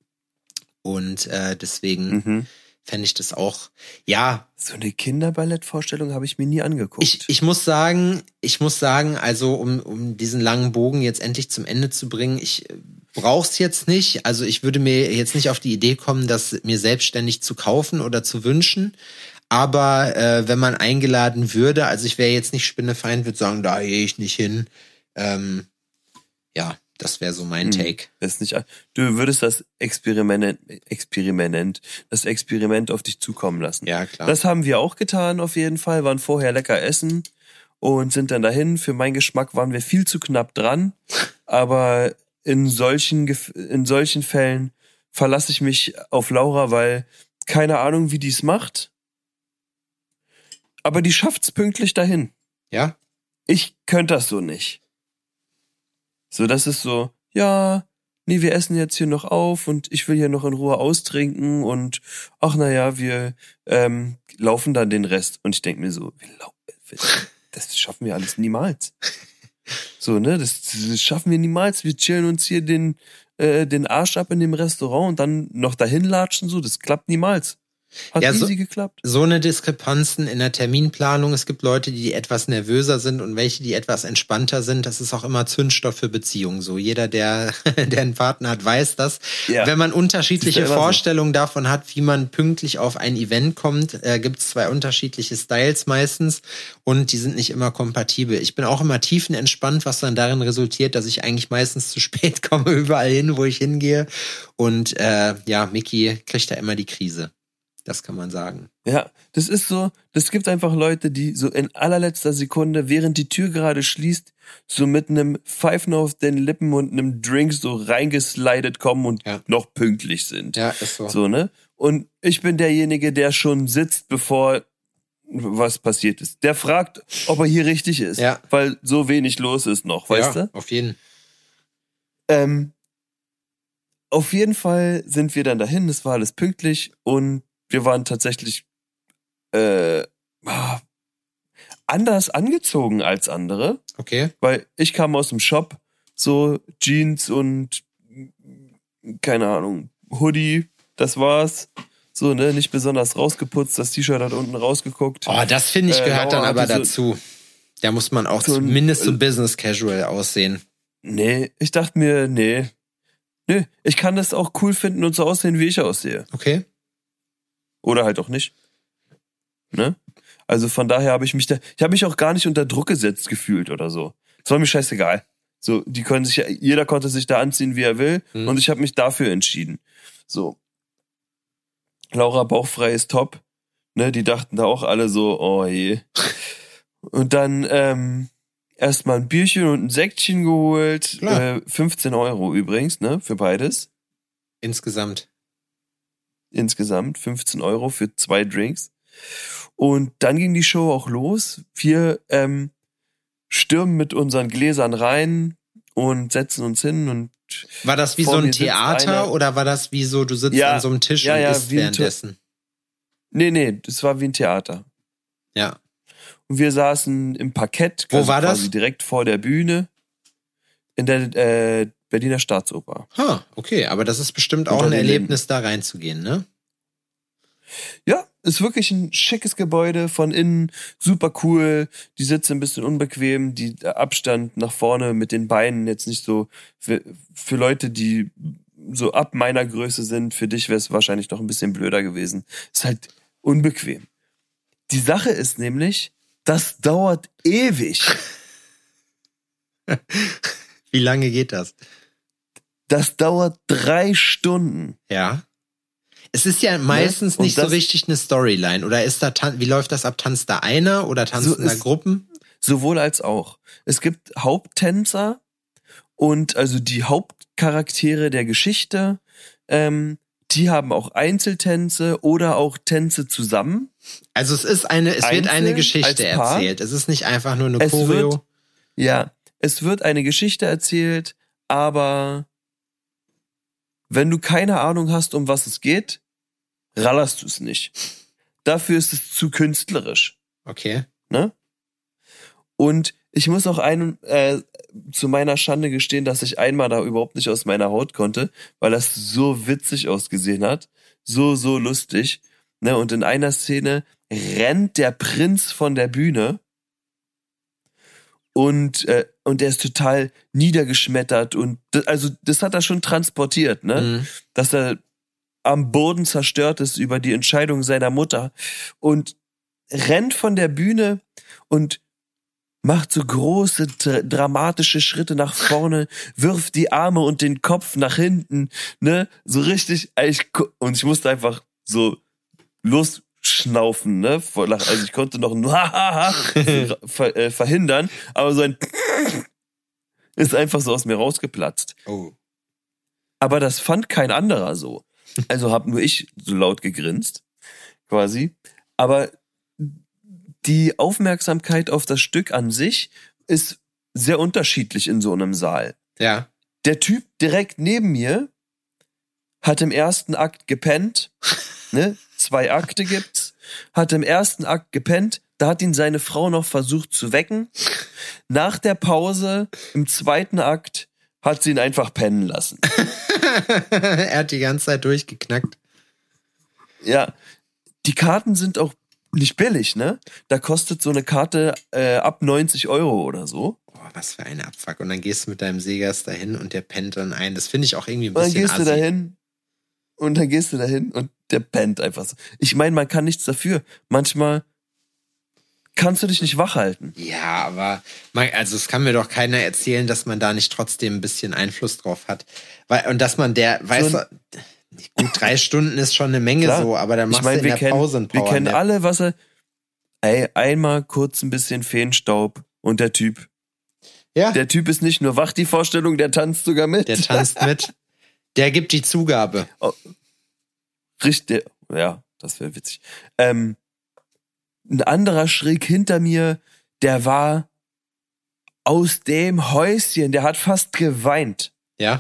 Und äh, deswegen mhm. fände ich das auch, ja. So eine Kinderballettvorstellung habe ich mir nie angeguckt. Ich, ich muss sagen, ich muss sagen, also um, um diesen langen Bogen jetzt endlich zum Ende zu bringen, ich brauch's jetzt nicht. Also ich würde mir jetzt nicht auf die Idee kommen, das mir selbstständig zu kaufen oder zu wünschen. Aber äh, wenn man eingeladen würde, also ich wäre jetzt nicht spinnefeind, würde sagen, da gehe ich nicht hin. Ähm, ja, das wäre so mein hm, Take. Ist nicht, du würdest das Experiment, Experiment, das Experiment auf dich zukommen lassen. Ja, klar. Das haben wir auch getan auf jeden Fall, waren vorher lecker essen und sind dann dahin. Für meinen Geschmack waren wir viel zu knapp dran, aber in solchen, in solchen Fällen verlasse ich mich auf Laura, weil keine Ahnung, wie die es macht. Aber die schafft's pünktlich dahin. Ja? Ich könnte das so nicht. So, das ist so, ja, nee, wir essen jetzt hier noch auf und ich will hier noch in Ruhe austrinken und ach naja, wir ähm, laufen dann den Rest. Und ich denke mir so, wir lau- das schaffen wir alles niemals. So, ne, das, das schaffen wir niemals. Wir chillen uns hier den, äh, den Arsch ab in dem Restaurant und dann noch dahin latschen, so, das klappt niemals. Hat ja, easy so, geklappt. So eine Diskrepanzen in der Terminplanung. Es gibt Leute, die etwas nervöser sind und welche, die etwas entspannter sind. Das ist auch immer Zündstoff für Beziehungen. So jeder, der, der einen Partner hat, weiß das. Ja. Wenn man unterschiedliche Vorstellungen so. davon hat, wie man pünktlich auf ein Event kommt, äh, gibt es zwei unterschiedliche Styles meistens und die sind nicht immer kompatibel. Ich bin auch immer tiefenentspannt, was dann darin resultiert, dass ich eigentlich meistens zu spät komme, überall hin, wo ich hingehe. Und äh, ja, Micky kriegt da immer die Krise. Das kann man sagen. Ja, das ist so, das gibt einfach Leute, die so in allerletzter Sekunde, während die Tür gerade schließt, so mit einem Pfeifen auf den Lippen und einem Drink so reingeslidet kommen und ja. noch pünktlich sind. Ja, ist so. So, ne? Und ich bin derjenige, der schon sitzt, bevor was passiert ist. Der fragt, ob er hier richtig ist. Ja. Weil so wenig los ist noch, weißt ja, du? Auf jeden. Ähm, auf jeden Fall sind wir dann dahin, es war alles pünktlich und wir waren tatsächlich äh, anders angezogen als andere. Okay. Weil ich kam aus dem Shop, so Jeans und keine Ahnung, Hoodie, das war's. So, ne, nicht besonders rausgeputzt, das T-Shirt hat unten rausgeguckt. Oh, das finde ich gehört äh, dann aber dazu. So, da muss man auch so zumindest so Business Casual aussehen. Nee, ich dachte mir, nee. Nee, ich kann das auch cool finden und so aussehen, wie ich aussehe. Okay. Oder halt auch nicht. Ne? Also von daher habe ich mich da, ich habe mich auch gar nicht unter Druck gesetzt gefühlt oder so. Es war mir scheißegal. So, die können sich, jeder konnte sich da anziehen, wie er will, mhm. und ich habe mich dafür entschieden. So. Laura bauchfrei ist top. Ne, die dachten da auch alle so, oh je. Und dann ähm, erstmal ein Bierchen und ein Säckchen geholt. Äh, fünfzehn Euro übrigens, ne, für beides. Insgesamt. Insgesamt fünfzehn Euro für zwei Drinks. Und dann ging die Show auch los. Wir ähm, stürmen mit unseren Gläsern rein und setzen uns hin. Und war das wie so ein Theater oder war das wie so, du sitzt ja, an so einem Tisch ja, und ja, isst währenddessen? Nee, nee, das war wie ein Theater. Ja. Und wir saßen im Parkett. Wo war das? Quasi direkt vor der Bühne. In der äh, Berliner Staatsoper. Ha, okay, aber das ist bestimmt auch ein Erlebnis, da reinzugehen, ne? Ja, ist wirklich ein schickes Gebäude, von innen super cool, die Sitze ein bisschen unbequem, die Abstand nach vorne mit den Beinen jetzt nicht so, für, für Leute, die so ab meiner Größe sind, für dich wäre es wahrscheinlich noch ein bisschen blöder gewesen. Ist halt unbequem. Die Sache ist nämlich, das dauert ewig. Wie lange geht das? Das dauert drei Stunden. Ja. Es ist ja meistens ne? nicht so richtig eine Storyline. Oder ist da, wie läuft das ab? Tanzt da einer oder tanzen so da Gruppen? Sowohl als auch. Es gibt Haupttänzer und also die Hauptcharaktere der Geschichte, ähm, die haben auch Einzeltänze oder auch Tänze zusammen. Also es ist eine, es Einzel, wird eine Geschichte erzählt. Es ist nicht einfach nur eine es Choreo. Wird, ja, es wird eine Geschichte erzählt, aber wenn du keine Ahnung hast, um was es geht, rallerst du es nicht. Dafür ist es zu künstlerisch. Okay. Ne? Und ich muss auch einen, äh, zu meiner Schande gestehen, dass ich einmal da überhaupt nicht aus meiner Haut konnte, weil das so witzig ausgesehen hat. So, so lustig. Ne? Und in einer Szene rennt der Prinz von der Bühne und, äh, und der ist total niedergeschmettert und das, also das hat er schon transportiert, ne? Mhm. Dass er am Boden zerstört ist über die Entscheidung seiner Mutter und rennt von der Bühne und macht so große, dr- dramatische Schritte nach vorne, wirft die Arme und den Kopf nach hinten, ne? So richtig, ich, und ich musste einfach so losschnaufen, ne? Also ich konnte noch ein ver- äh, verhindern, aber so ein ist einfach so aus mir rausgeplatzt. Oh. Aber das fand kein anderer so. Also hab nur ich so laut gegrinst, quasi. Aber die Aufmerksamkeit auf das Stück an sich ist sehr unterschiedlich in so einem Saal. Ja. Der Typ direkt neben mir hat im ersten Akt gepennt, ne? Zwei Akte gibt's, hat im ersten Akt gepennt, da hat ihn seine Frau noch versucht zu wecken. Nach der Pause im zweiten Akt hat sie ihn einfach pennen lassen. Er hat die ganze Zeit durchgeknackt. Ja, die Karten sind auch nicht billig, ne? Da kostet so eine Karte äh, ab neunzig Euro oder so. Boah, was für eine Abfuck. Und dann gehst du mit deinem Seegast dahin und der pennt dann ein. Das finde ich auch irgendwie ein bisschen assi. Und dann gehst assi. du dahin und dann gehst du dahin und der pennt einfach so. Ich meine, man kann nichts dafür. Manchmal kannst du dich nicht wach halten. Ja, aber man, also es kann mir doch keiner erzählen, dass man da nicht trotzdem ein bisschen Einfluss drauf hat. Weil, und dass man der, weißt so du, gut, drei Stunden ist schon eine Menge klar. so, aber dann machst ich mein, du in der kennen, Pause ein Power Wir kennen alle, was er, ey, einmal kurz ein bisschen Feenstaub und der Typ. Ja. Der Typ ist nicht nur wach, die Vorstellung, der tanzt sogar mit. Der tanzt mit. Der gibt die Zugabe. Oh, richtig, ja, das wäre witzig. Ähm, ein anderer schräg hinter mir, der war aus dem Häuschen, der hat fast geweint. Ja.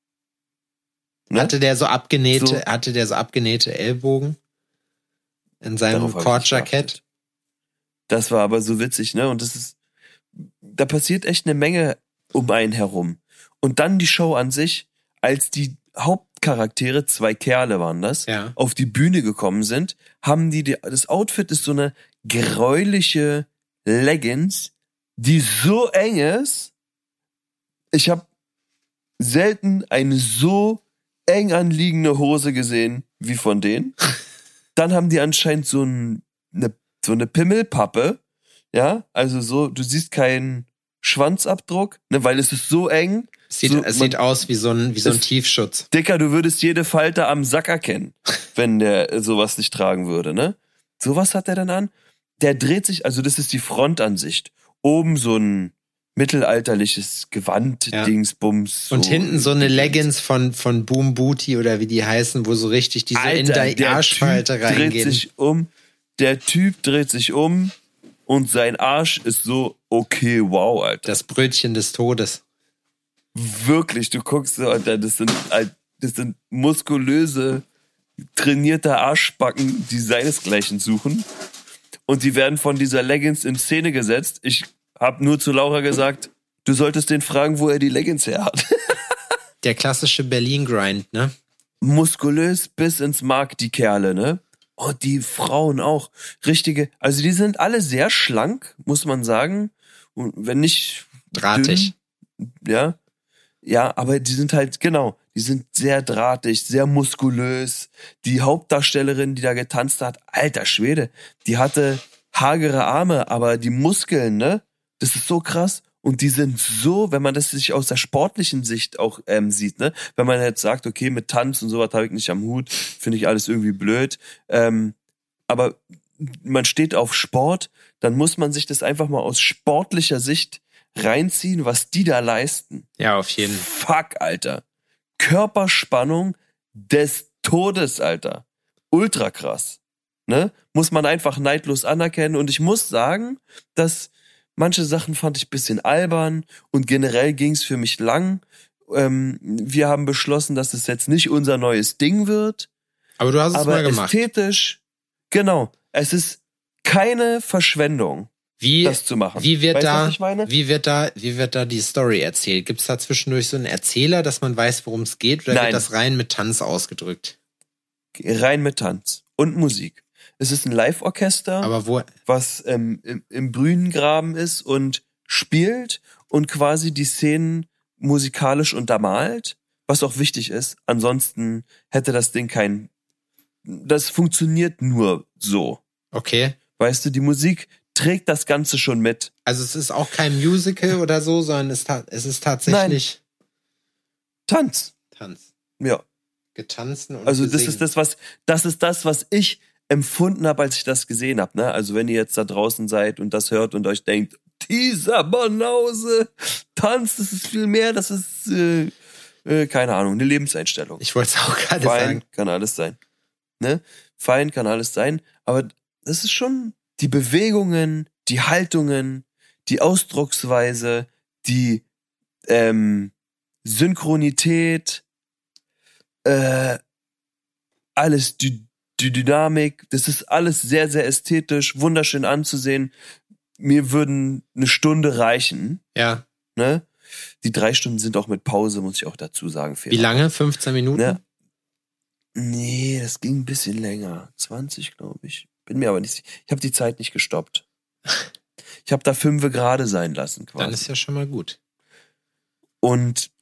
Ne? Hatte der so abgenähte, so. hatte der so abgenähte Ellbogen in seinem Kordjackett? Das war aber so witzig, ne? Und das ist, da passiert echt eine Menge um einen herum. Und dann die Show an sich, als die Hauptcharaktere, zwei Kerle waren das, ja. auf die Bühne gekommen sind, haben die, das Outfit ist so eine gräuliche Leggings, die so eng ist. Ich habe selten eine so eng anliegende Hose gesehen wie von denen. Dann haben die anscheinend so, ein, eine, so eine Pimmelpappe, ja, also so, du siehst keinen Schwanzabdruck, ne, weil es ist so eng. Sieht, so, es sieht aus wie so ein, wie so ein Tiefschutz. Dicker, du würdest jede Falte am Sack erkennen, wenn der sowas nicht tragen würde, ne? Sowas hat er dann an. der dreht sich, also das ist die Frontansicht. Oben so ein mittelalterliches Gewand, Ja. Dingsbums. So Und hinten so eine Leggings von, von Boom Booty oder wie die heißen, wo so richtig diese in Alter, die Arschfalte Typ dreht reingehen. sich um, der Typ dreht sich um und sein Arsch ist so, okay, wow, Alter. Das Brötchen des Todes. Wirklich, du guckst so, Alter, das sind, das sind muskulöse, trainierte Arschbacken, die seinesgleichen suchen. Und die werden von dieser Leggings in Szene gesetzt. Ich hab nur zu Laura gesagt, du solltest den fragen, wo er die Leggings her hat. Der klassische Berlin-Grind, ne? Muskulös bis ins Mark, die Kerle, ne? Und die Frauen auch. Richtige, also die sind alle sehr schlank, muss man sagen. Und wenn nicht Drahtig. dünn, ja. Ja, aber die sind halt, genau, die sind sehr drahtig, sehr muskulös. Die Hauptdarstellerin, die da getanzt hat, alter Schwede, die hatte hagere Arme, aber die Muskeln, ne? Das ist so krass. Und die sind so, wenn man das sich aus der sportlichen Sicht auch ähm, sieht, ne? Wenn man jetzt sagt, okay, mit Tanz und sowas habe ich nicht am Hut, finde ich alles irgendwie blöd. Ähm, aber man steht auf Sport, dann muss man sich das einfach mal aus sportlicher Sicht reinziehen, was die da leisten. Ja, auf jeden Fall. Fuck, Alter. Körperspannung des Todes, Alter. Ultra krass. Ne? Muss man einfach neidlos anerkennen. Und ich muss sagen, dass manche Sachen fand ich ein bisschen albern und generell ging es für mich lang. Ähm, wir haben beschlossen, dass es jetzt nicht unser neues Ding wird. Aber du hast es aber mal gemacht. ästhetisch, genau, es ist keine Verschwendung, Wie, das zu machen. wie wird Weißt du, da, was ich meine? wie wird da, wie wird da die Story erzählt? Gibt's da zwischendurch so einen Erzähler, dass man weiß, worum es geht, oder Nein. wird das rein mit Tanz ausgedrückt? Rein mit Tanz und Musik. Es ist ein Live-Orchester, Aber wo, was ähm, im, im Brünengraben ist und spielt und quasi die Szenen musikalisch untermalt, was auch wichtig ist. Ansonsten hätte das Ding kein... Das funktioniert nur so. okay. Weißt du, die Musik trägt das Ganze schon mit. Also es ist auch kein Musical oder so, sondern es, ta- es ist tatsächlich Tanz. Tanz. Ja. Getanzen und Also das gesingen. ist das, was das ist das, was ich empfunden habe, als ich das gesehen habe. Ne? Also wenn ihr jetzt da draußen seid und das hört und euch denkt, dieser Banause, Tanz, das ist viel mehr, das ist äh, äh, keine Ahnung, eine Lebenseinstellung. Ich wollte es auch gerade Fein sagen. kann alles sein. Ne? Fein kann alles sein, aber das ist schon die Bewegungen, die Haltungen, die Ausdrucksweise, die ähm, Synchronität, äh, alles, die, die Dynamik, das ist alles sehr, sehr ästhetisch, wunderschön anzusehen. Mir würden eine Stunde reichen, Ja. ne? Die drei Stunden sind auch mit Pause, muss ich auch dazu sagen. Wie lange? fünfzehn Minuten? Ne? Nee, das ging ein bisschen länger. zwanzig, glaube ich. Bin mir aber nicht sicher. Ich habe die Zeit nicht gestoppt. Ich habe da fünfe gerade sein lassen quasi. Dann ist ja schon mal gut. Und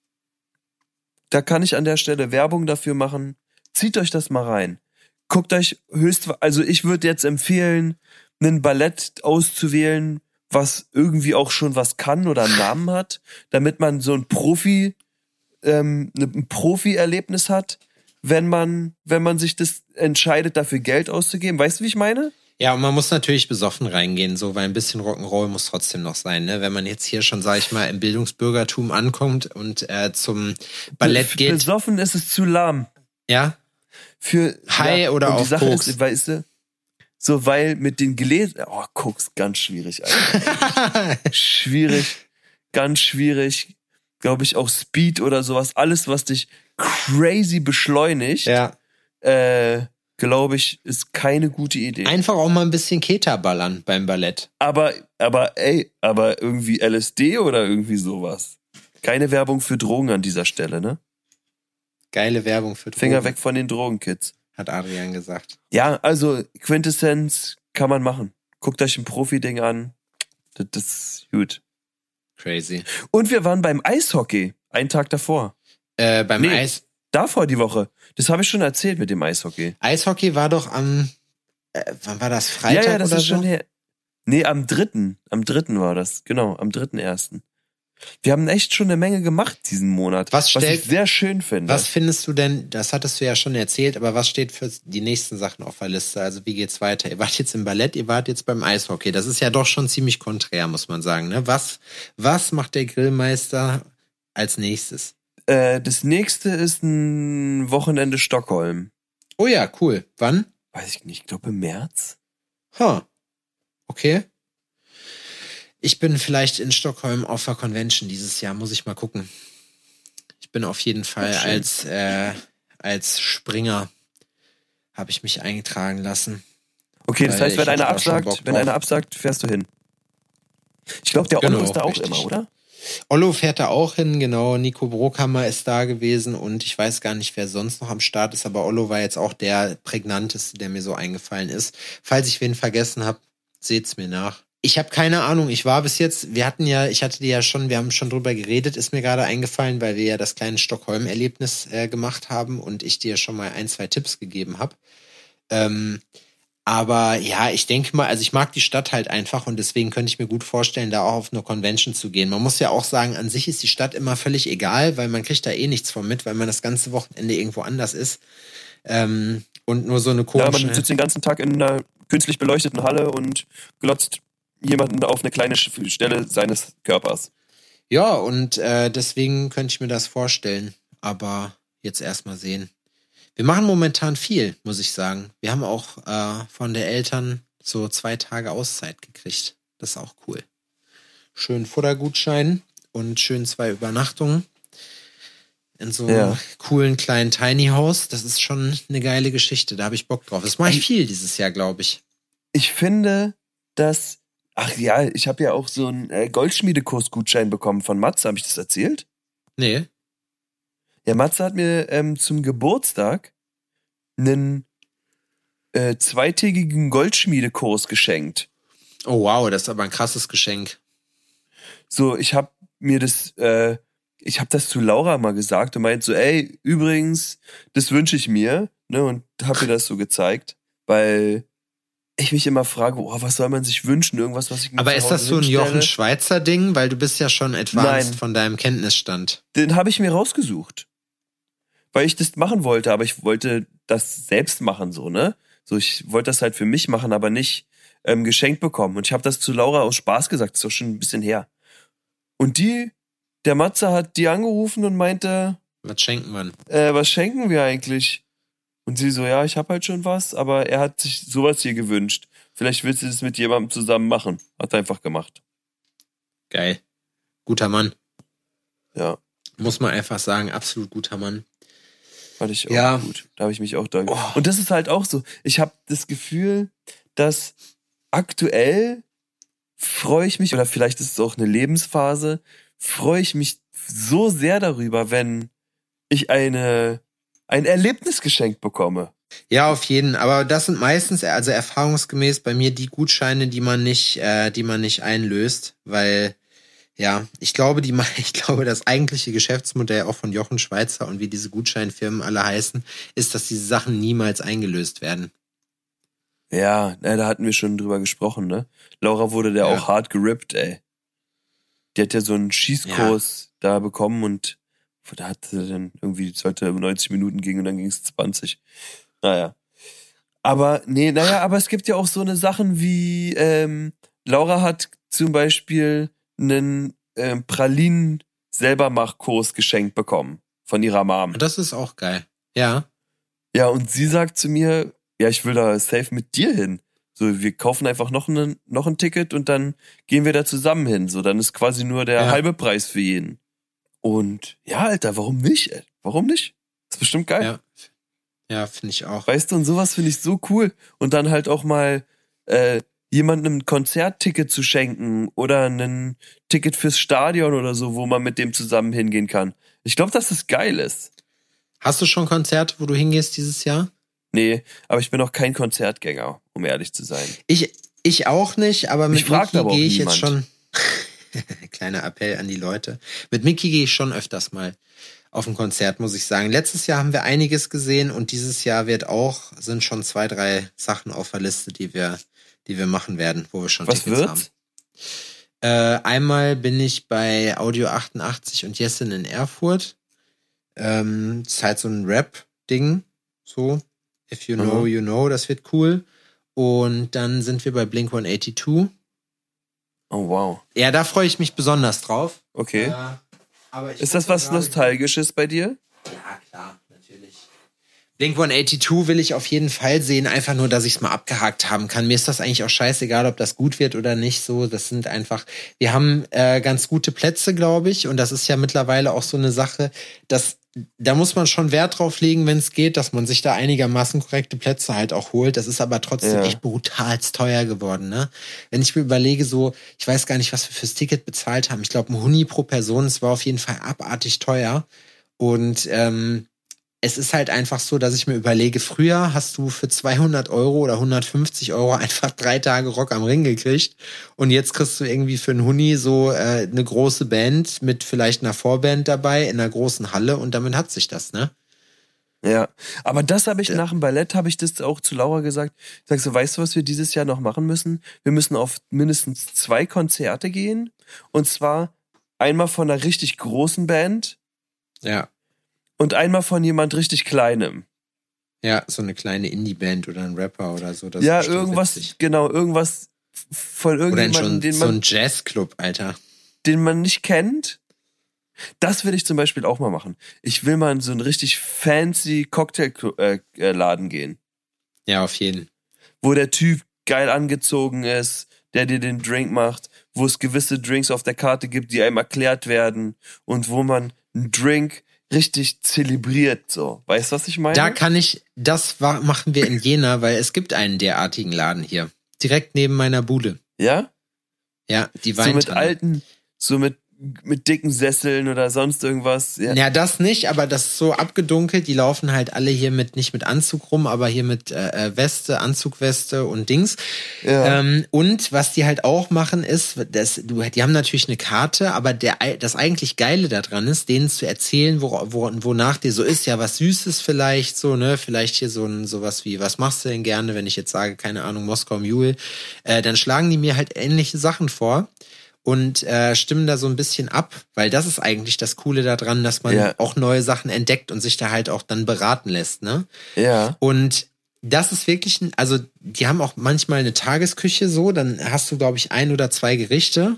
da kann ich an der Stelle Werbung dafür machen. Zieht euch das mal rein. Guckt euch höchst, also ich würde jetzt empfehlen, ein Ballett auszuwählen, was irgendwie auch schon was kann oder einen Namen hat, damit man so ein Profi, ähm, ein Profi-Erlebnis hat, wenn man, wenn man sich das entscheidet, dafür Geld auszugeben. Weißt du, wie ich meine? Ja, und man muss natürlich besoffen reingehen, so, weil ein bisschen Rock'n'Roll muss trotzdem noch sein, ne? Wenn man jetzt hier schon, sag ich mal, im Bildungsbürgertum ankommt und äh, zum Ballett geht. Besoffen ist es zu lahm. Ja? Für High oder und die auf Sache Koks? ist, weißt du, so weil mit den Gläsern, oh, Koks, ganz schwierig, Alter. schwierig, ganz schwierig, glaube ich, auch Speed oder sowas, alles, was dich crazy beschleunigt, Ja. äh, glaube ich, ist keine gute Idee. Einfach auch mal ein bisschen Keta ballern beim Ballett. aber, aber, ey, aber irgendwie L S D oder irgendwie sowas. Keine Werbung für Drogen an dieser Stelle, ne? Geile Werbung für Drogen, Finger weg von den Drogenkids. hat Adrian gesagt. Ja, also Quintessenz kann man machen. Guckt euch ein Profi-Ding an. Das, das ist gut. Crazy. Und wir waren beim Eishockey, einen Tag davor. Äh, beim Nee. Eis Davor die Woche. Das habe ich schon erzählt mit dem Eishockey. Eishockey war doch am, äh, wann war das? Freitag ja, ja, das oder ist so? schon her. Nee, am dritten. Am dritten war das. Genau, am dritten ersten. Wir haben echt schon eine Menge gemacht diesen Monat, was, was stellt, ich sehr schön finde. Was findest du denn, das hattest du ja schon erzählt, aber was steht für die nächsten Sachen auf der Liste? Also wie geht's weiter? Ihr wart jetzt im Ballett, ihr wart jetzt beim Eishockey. Das ist ja doch schon ziemlich konträr, muss man sagen. Ne? Was, was macht der Grillmeister als nächstes? Äh, das nächste ist ein Wochenende Stockholm. Oh ja, cool. Wann? Weiß ich nicht, ich glaube im März. Huh. Okay. Ich bin vielleicht in Stockholm auf der Convention dieses Jahr, muss ich mal gucken. Ich bin auf jeden Fall als, äh, als Springer habe ich mich eingetragen lassen. Okay, das heißt, wenn einer hatte da schon absagt, Bock wenn drauf. einer absagt, fährst du hin. Ich glaube, der Genau, Otto ist da auch richtig. immer, oder? Ollo fährt da auch hin, genau. Nico Brockhammer ist da gewesen und ich weiß gar nicht, wer sonst noch am Start ist, aber Ollo war jetzt auch der prägnanteste, der mir so eingefallen ist. Falls ich wen vergessen habe, seht's mir nach. Ich habe keine Ahnung, ich war bis jetzt, wir hatten ja, ich hatte dir ja schon, wir haben schon drüber geredet, ist mir gerade eingefallen, weil wir ja das kleine Stockholm-Erlebnis äh, gemacht haben und ich dir schon mal ein, zwei Tipps gegeben habe. Ähm, aber ja, ich denke mal, also ich mag die Stadt halt einfach und deswegen könnte ich mir gut vorstellen, da auch auf eine Convention zu gehen. Man muss ja auch sagen, an sich ist die Stadt immer völlig egal, weil man kriegt da eh nichts von mit, weil man das ganze Wochenende irgendwo anders ist. Ähm, und nur so eine komische... Ja, man sitzt den ganzen Tag in einer künstlich beleuchteten Halle und glotzt jemanden auf eine kleine Stelle seines Körpers. Ja, und äh, deswegen könnte ich mir das vorstellen. Aber jetzt erstmal sehen. Wir machen momentan viel, muss ich sagen. Wir haben auch äh, von der Eltern so zwei Tage Auszeit gekriegt. Das ist auch cool. Schön Futtergutschein und schön zwei Übernachtungen in so einem Ja. coolen kleinen Tiny House. Das ist schon eine geile Geschichte. Da habe ich Bock drauf. Das mache ich viel dieses Jahr, glaube ich. Ich finde, dass... Ach ja, ich habe ja auch so einen äh, Goldschmiedekursgutschein bekommen von Matze. Habe ich das erzählt? Nee. Ja, Matze hat mir ähm, zum Geburtstag einen äh, zweitägigen Goldschmiedekurs geschenkt. Oh wow, das ist aber ein krasses Geschenk. So, ich habe mir das, äh, ich habe das zu Laura mal gesagt und meint so, ey, übrigens, das wünsche ich mir, ne, und habe mir das so gezeigt, weil ich mich immer frage, oh, was soll man sich wünschen, irgendwas, was ich mir Aber zu ist Hause das so ein hinstelle? Jochen Schweizer Ding? Weil du bist ja schon advanced Nein. von deinem Kenntnisstand. Den habe ich mir rausgesucht, weil ich das machen wollte, aber ich wollte das selbst machen, so, ne? So, ich wollte das halt für mich machen, aber nicht ähm, geschenkt bekommen. Und ich habe das zu Laura aus Spaß gesagt, das ist doch schon ein bisschen her. Und die, der Matze hat die angerufen und meinte, Was schenken wir? äh, was schenken wir eigentlich? Und sie so, ja, ich habe halt schon was, aber er hat sich sowas hier gewünscht. Vielleicht willst du das mit jemandem zusammen machen. Hat er einfach gemacht. Geil. Guter Mann. Ja, Muss man einfach sagen, absolut guter Mann. fand ich auch Ja. gut. Da habe ich mich auch da. Oh. Und das ist halt auch so. Ich habe das Gefühl, dass aktuell freue ich mich, oder vielleicht ist es auch eine Lebensphase, freue ich mich so sehr darüber, wenn ich eine ein Erlebnis geschenkt bekomme. Ja, auf jeden. Aber das sind meistens, also erfahrungsgemäß bei mir die Gutscheine, die man nicht, äh, die man nicht einlöst, weil ja, ich glaube, die, ich glaube, das eigentliche Geschäftsmodell auch von Jochen Schweizer und wie diese Gutscheinfirmen alle heißen, ist, dass diese Sachen niemals eingelöst werden. Ja, na, da hatten wir schon drüber gesprochen, ne? Laura wurde da Ja. auch hart gerippt, ey. Die hat ja so einen Schießkurs da bekommen und da hat sie dann irgendwie, sollte neunzig Minuten gehen und dann ging es zwanzig. Naja. Aber, nee, naja, aber es gibt ja auch so eine Sachen wie, ähm, Laura hat zum Beispiel einen ähm, Pralinen-Selbermachkurs geschenkt bekommen von ihrer Mom. Und das ist auch geil. Ja. Ja, und sie sagt zu mir, ja, ich will da safe mit dir hin. So, wir kaufen einfach noch, einen, noch ein Ticket und dann gehen wir da zusammen hin. So, dann ist quasi nur der Ja. halbe Preis für jeden. Und ja, Alter, warum nicht, ey? Warum nicht? Ist bestimmt geil. Ja. Ja, finde ich auch. Weißt du, und sowas finde ich so cool. Und dann halt auch mal äh, jemandem ein Konzertticket zu schenken oder ein Ticket fürs Stadion oder so, wo man mit dem zusammen hingehen kann. Ich glaube, dass das geil ist. Hast du schon Konzerte, wo du hingehst dieses Jahr? Nee, aber ich bin auch kein Konzertgänger, um ehrlich zu sein. Ich, ich auch nicht, aber mit Mich fragt Mickey aber auch gehe ich jetzt niemand. schon. Kleiner Appell an die Leute. Mit Mickey gehe ich schon öfters mal auf ein Konzert, muss ich sagen. Letztes Jahr haben wir einiges gesehen und dieses Jahr wird auch, sind schon zwei, drei Sachen auf der Liste, die wir, die wir machen werden, wo wir schon Was Tickets wird's? haben. Äh, einmal bin ich bei Audio achtundachtzig und Jessin in Erfurt. Ähm, das ist halt so ein Rap-Ding. So, if you know, Mhm. you know, das wird cool. Und dann sind wir bei Blink hundertzweiundachtzig. Oh, wow. Ja, da freue ich mich besonders drauf. Okay. Äh, aber ich Ist das gucke was gerade- Nostalgisches bei dir? Ja, klar, natürlich. Blink hundertzweiundachtzig will ich auf jeden Fall sehen, einfach nur, dass ich es mal abgehakt haben kann. Mir ist das eigentlich auch scheißegal, ob das gut wird oder nicht. So, das sind einfach, wir haben äh, ganz gute Plätze, glaube ich, und das ist ja mittlerweile auch so eine Sache, dass da muss man schon Wert drauf legen, wenn es geht, dass man sich da einigermaßen korrekte Plätze halt auch holt. Das ist aber trotzdem Ja. echt brutalst teuer geworden, ne? Wenn ich mir überlege, so, ich weiß gar nicht, was wir fürs Ticket bezahlt haben. Ich glaube, ein Huni pro Person, es war auf jeden Fall abartig teuer. Und ähm, es ist halt einfach so, dass ich mir überlege, früher hast du für zweihundert Euro oder hundertfünfzig Euro einfach drei Tage Rock am Ring gekriegt und jetzt kriegst du irgendwie für einen Huni so äh, eine große Band mit vielleicht einer Vorband dabei in einer großen Halle und damit hat sich das, ne? Ja, aber das habe ich Ja. nach dem Ballett, habe ich das auch zu Laura gesagt. Ich sag so, weißt du, was wir dieses Jahr noch machen müssen? Wir müssen auf mindestens zwei Konzerte gehen. Und zwar einmal von einer richtig großen Band Ja. und einmal von jemand richtig Kleinem. Ja, so eine kleine Indie-Band oder ein Rapper oder so. Das ist Ja, bestimmt irgendwas, witzig. genau, irgendwas von Oder in irgendjemandem, schon den so man, ein Jazzclub, Alter. den man nicht kennt. Das will ich zum Beispiel auch mal machen. Ich will mal in so einen richtig fancy Cocktailladen gehen, Ja, auf jeden. wo der Typ geil angezogen ist, der dir den Drink macht, wo es gewisse Drinks auf der Karte gibt, die einem erklärt werden und wo man einen Drink richtig zelebriert, so. Weißt du, was ich meine? Da kann ich, das wa- machen wir in Jena, weil es gibt einen derartigen Laden hier. Direkt neben meiner Bude. ja? Ja, die So mit Weintanne. alten, so mit, mit dicken Sesseln oder sonst irgendwas. Ja. Ja, das nicht, aber das ist so abgedunkelt. Die laufen halt alle hier mit, nicht mit Anzug rum, aber hier mit äh, Weste, Anzugweste und Dings. Ja. Ähm, und was die halt auch machen ist, das, du, die haben natürlich eine Karte, aber der, das eigentlich Geile daran ist, denen zu erzählen, wo, wo, wonach dir so ist. Ja, was Süßes vielleicht so, ne? Vielleicht hier so ein sowas wie, was machst du denn gerne, wenn ich jetzt sage, keine Ahnung, Moskau Mule. Äh, dann schlagen die mir halt ähnliche Sachen vor. Und äh, stimmen da so ein bisschen ab, weil das ist eigentlich das Coole daran, dass man Ja. auch neue Sachen entdeckt und sich da halt auch dann beraten lässt, ne? Ja. Und das ist wirklich, ein, also die haben auch manchmal eine Tagesküche so, dann hast du, glaube ich, ein oder zwei Gerichte,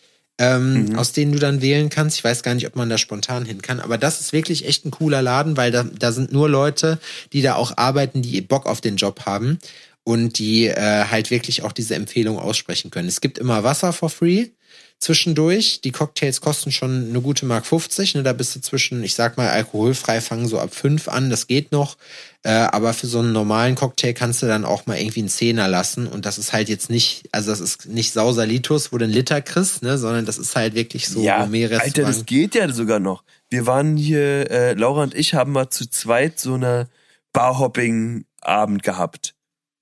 ähm, Mhm. aus denen du dann wählen kannst. Ich weiß gar nicht, ob man da spontan hin kann, aber das ist wirklich echt ein cooler Laden, weil da, da sind nur Leute, die da auch arbeiten, die Bock auf den Job haben und die äh, halt wirklich auch diese Empfehlung aussprechen können. Es gibt immer Wasser for free zwischendurch. Die Cocktails kosten schon eine gute Mark fünfzig. Ne? Da bist du zwischen, ich sag mal, alkoholfrei fangen so ab fünf an. Das geht noch. Äh, aber für so einen normalen Cocktail kannst du dann auch mal irgendwie einen Zehner lassen. Und das ist halt jetzt nicht, also das ist nicht Sausalitos, wo du einen Liter kriegst, ne? Sondern das ist halt wirklich so Ja, Gourmet-Restaurant. Alter, das geht ja sogar noch. Wir waren hier, äh, Laura und ich haben mal zu zweit so eine Barhopping-Abend gehabt.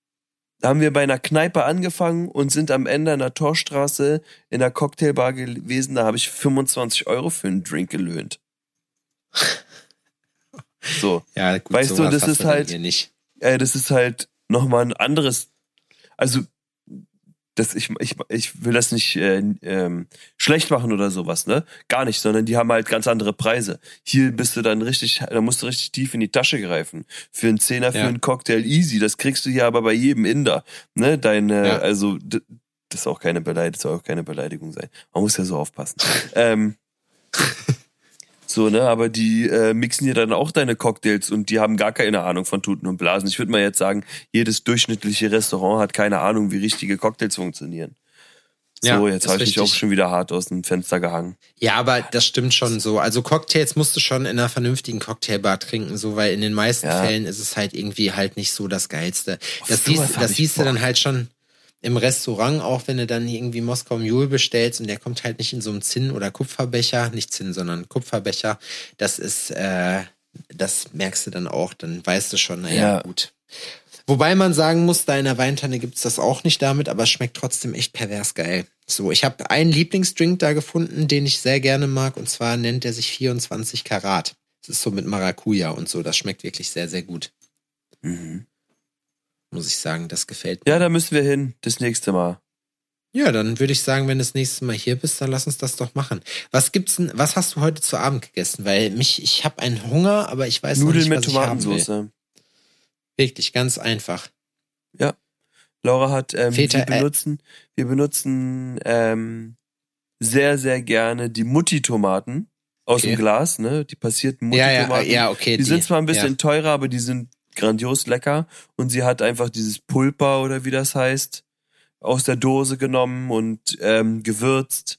Da haben wir bei einer Kneipe angefangen und sind am Ende an der Torstraße in der Cocktailbar gewesen. Da habe ich fünfundzwanzig Euro für einen Drink gelöhnt. So, Ja, gut, Weißt du, sowas das hast ist du dann halt- hier nicht. äh, das ist halt nochmal ein anderes, also das, ich, ich, ich will das nicht äh, ähm, schlecht machen oder sowas, ne? Gar nicht, sondern die haben halt ganz andere Preise. Hier bist du dann richtig, da musst du richtig tief in die Tasche greifen. Für einen Zehner, für Ja. einen Cocktail easy, das kriegst du hier aber bei jedem Inder, ne? Deine, Ja. also d- das ist auch keine Beleidigung, soll auch keine Beleidigung sein. Man muss ja so aufpassen. ähm, so, ne, aber die äh, mixen dir dann auch deine Cocktails und die haben gar keine Ahnung von Tuten und Blasen. Ich würde mal jetzt sagen, jedes durchschnittliche Restaurant hat keine Ahnung, wie richtige Cocktails funktionieren. So, Ja, jetzt ist habe ich mich auch richtig. schon wieder hart aus dem Fenster gehangen. Ja, aber das stimmt schon so. Also Cocktails musst du schon in einer vernünftigen Cocktailbar trinken, so, weil in den meisten Ja. Fällen ist es halt irgendwie halt nicht so das Geilste. Auf Das sowas siehst, hab das ich siehst du Bock. dann halt schon im Restaurant, auch wenn du dann irgendwie Moskau Mule bestellst und der kommt halt nicht in so einem Zinn- oder Kupferbecher, nicht Zinn, sondern Kupferbecher. Das ist, äh, das merkst du dann auch, dann weißt du schon, naja, Ja. gut. Wobei man sagen muss, da in der Weintanne gibt's das auch nicht damit, aber es schmeckt trotzdem echt pervers geil. So, ich habe einen Lieblingsdrink da gefunden, den ich sehr gerne mag, und zwar nennt er sich vierundzwanzig Karat. Das ist so mit Maracuja und so, das schmeckt wirklich sehr, sehr gut, Mhm. muss ich sagen, das gefällt mir. Ja, da müssen wir hin, das nächste Mal. Ja, dann würde ich sagen, wenn du das nächste Mal hier bist, dann lass uns das doch machen. Was gibt's denn, was hast du heute zu Abend gegessen? Weil mich, ich habe einen Hunger, aber ich weiß Nudeln noch nicht, mit was ich haben will. Tomatensauce. Wirklich, ganz einfach. Ja. Laura hat, ähm, Väter, wir benutzen, äh, wir benutzen ähm, sehr, sehr gerne die Mutti-Tomaten aus Okay. dem Glas, ne? Die passierten Ja, Mutti-Tomaten. ja, ja, okay. Die sind zwar ein bisschen ja. teurer, aber die sind grandios lecker. Und sie hat einfach dieses Pulpa oder wie das heißt, aus der Dose genommen und ähm, gewürzt.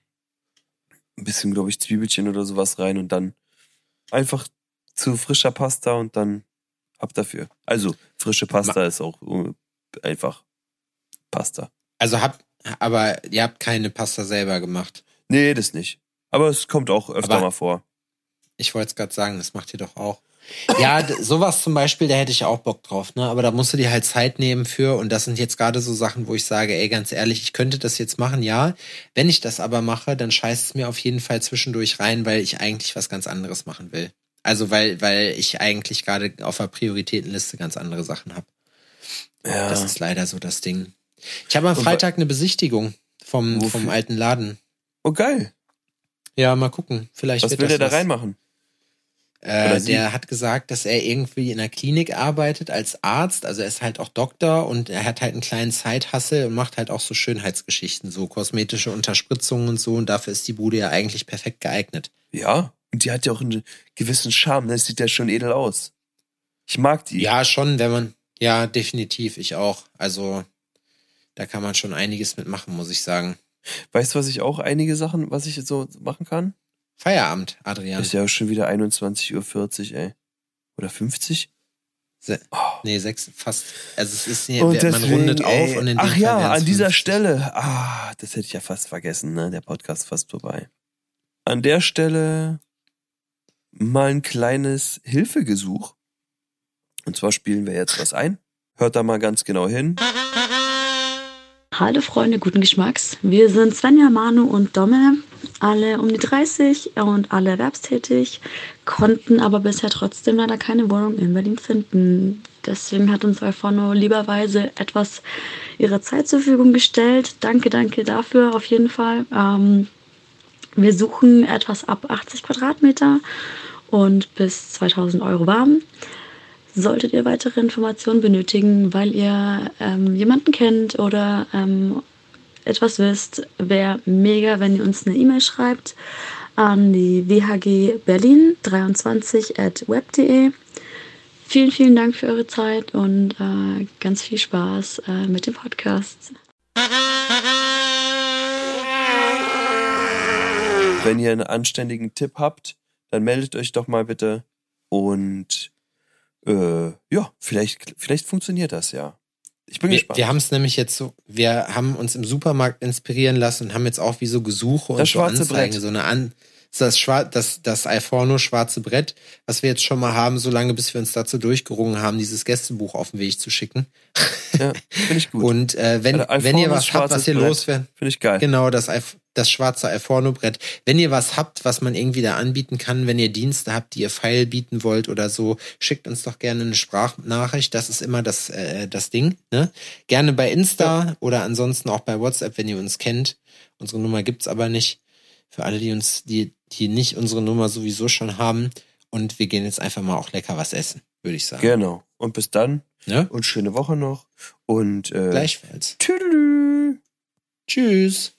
Ein bisschen, glaube ich, Zwiebelchen oder sowas rein und dann einfach zu frischer Pasta und dann ab dafür. Also, frische Pasta Ma- ist auch uh, einfach Pasta. Also habt, aber ihr habt keine Pasta selber gemacht. Nee, das nicht. Aber es kommt auch öfter Aber- mal vor. Ich wollte es gerade sagen, das macht ihr doch auch. Ja, d- sowas zum Beispiel, da hätte ich auch Bock drauf, ne? Aber da musst du dir halt Zeit nehmen für, und das sind jetzt gerade so Sachen, wo ich sage, ey, ganz ehrlich, ich könnte das jetzt machen, ja. Wenn ich das aber mache, dann scheißt es mir auf jeden Fall zwischendurch rein, weil ich eigentlich was ganz anderes machen will. Also weil, weil ich eigentlich gerade auf der Prioritätenliste ganz andere Sachen habe. Ja. Das ist leider so das Ding. Ich habe am Und Freitag eine Besichtigung vom, Wofür? vom alten Laden. Oh, geil. Ja, mal gucken. Vielleicht Was wird will das der da was. reinmachen? Äh, Oder sie? der hat gesagt, dass er irgendwie in einer Klinik arbeitet als Arzt. Also er ist halt auch Doktor und er hat halt einen kleinen Side-Hustle und macht halt auch so Schönheitsgeschichten, so kosmetische Unterspritzungen und so. Und dafür ist die Bude ja eigentlich perfekt geeignet. Ja. Und die hat ja auch einen gewissen Charme. Das sieht ja schon edel aus. Ich mag die. Ja, schon, wenn man, ja, definitiv, ich auch. Also da kann man schon einiges mitmachen, muss ich sagen. Weißt du, was ich auch, einige Sachen, was ich jetzt so machen kann? Feierabend, Adrian. Ist ja auch schon wieder einundzwanzig Uhr vierzig, ey. Oder fünfzig? Se- Oh. Nee, sechs, fast. Also es ist hier, Und man deswegen, rundet auf ey, und in dem ach Fall ja, wären's an dieser fünfzig. Stelle, ah, das hätte ich ja fast vergessen, ne? Der Podcast fast vorbei. An der Stelle mal ein kleines Hilfegesuch. Und zwar spielen wir jetzt was ein. Hört da mal ganz genau hin. Hallo Freunde guten Geschmacks. Wir sind Svenja, Manu und Domme, alle um die dreißig und alle erwerbstätig, konnten aber bisher trotzdem leider keine Wohnung in Berlin finden. Deswegen hat uns Alforno lieberweise etwas ihrer Zeit zur Verfügung gestellt. Danke, danke dafür auf jeden Fall. Ähm, wir suchen etwas ab achtzig Quadratmeter und bis zweitausend Euro warm. Solltet ihr weitere Informationen benötigen, weil ihr ähm, jemanden kennt oder ähm, etwas wisst, wäre mega, wenn ihr uns eine E-Mail schreibt an die w h g berlin dreiundzwanzig at web punkt de. Vielen, vielen Dank für eure Zeit und äh, ganz viel Spaß äh, mit dem Podcast. Wenn ihr einen anständigen Tipp habt, dann meldet euch doch mal bitte. Und äh, ja, vielleicht, vielleicht funktioniert das ja. Ich bin Wir, gespannt. wir haben es nämlich jetzt so, wir haben uns im Supermarkt inspirieren lassen und haben jetzt auch wie so Gesuche und Das so schwarze Anzeigen, Brett. so eine An, das, Schwar das, das Alforno schwarze Brett, was wir jetzt schon mal haben, solange bis wir uns dazu durchgerungen haben, dieses Gästebuch auf den Weg zu schicken. Ja, finde ich gut. Und äh, wenn, Alfornos wenn ihr was habt, was schwarzes ihr Brett. loswerden, Finde ich geil. genau, das, Alf- das schwarze Alforno-Brett. Wenn ihr was habt, was man irgendwie da anbieten kann, wenn ihr Dienste habt, die ihr File bieten wollt oder so, schickt uns doch gerne eine Sprachnachricht. Das ist immer das, äh, das Ding. Ne? Gerne bei Insta ja. Oder ansonsten auch bei WhatsApp, wenn ihr uns kennt. Unsere Nummer gibt's aber nicht. Für alle, die uns, die, die nicht unsere Nummer sowieso schon haben. Und wir gehen jetzt einfach mal auch lecker was essen, würde ich sagen. Genau. Und bis dann. Ja? Und schöne Woche noch. Und äh, Gleichfalls. Tüdelü. Tschüss.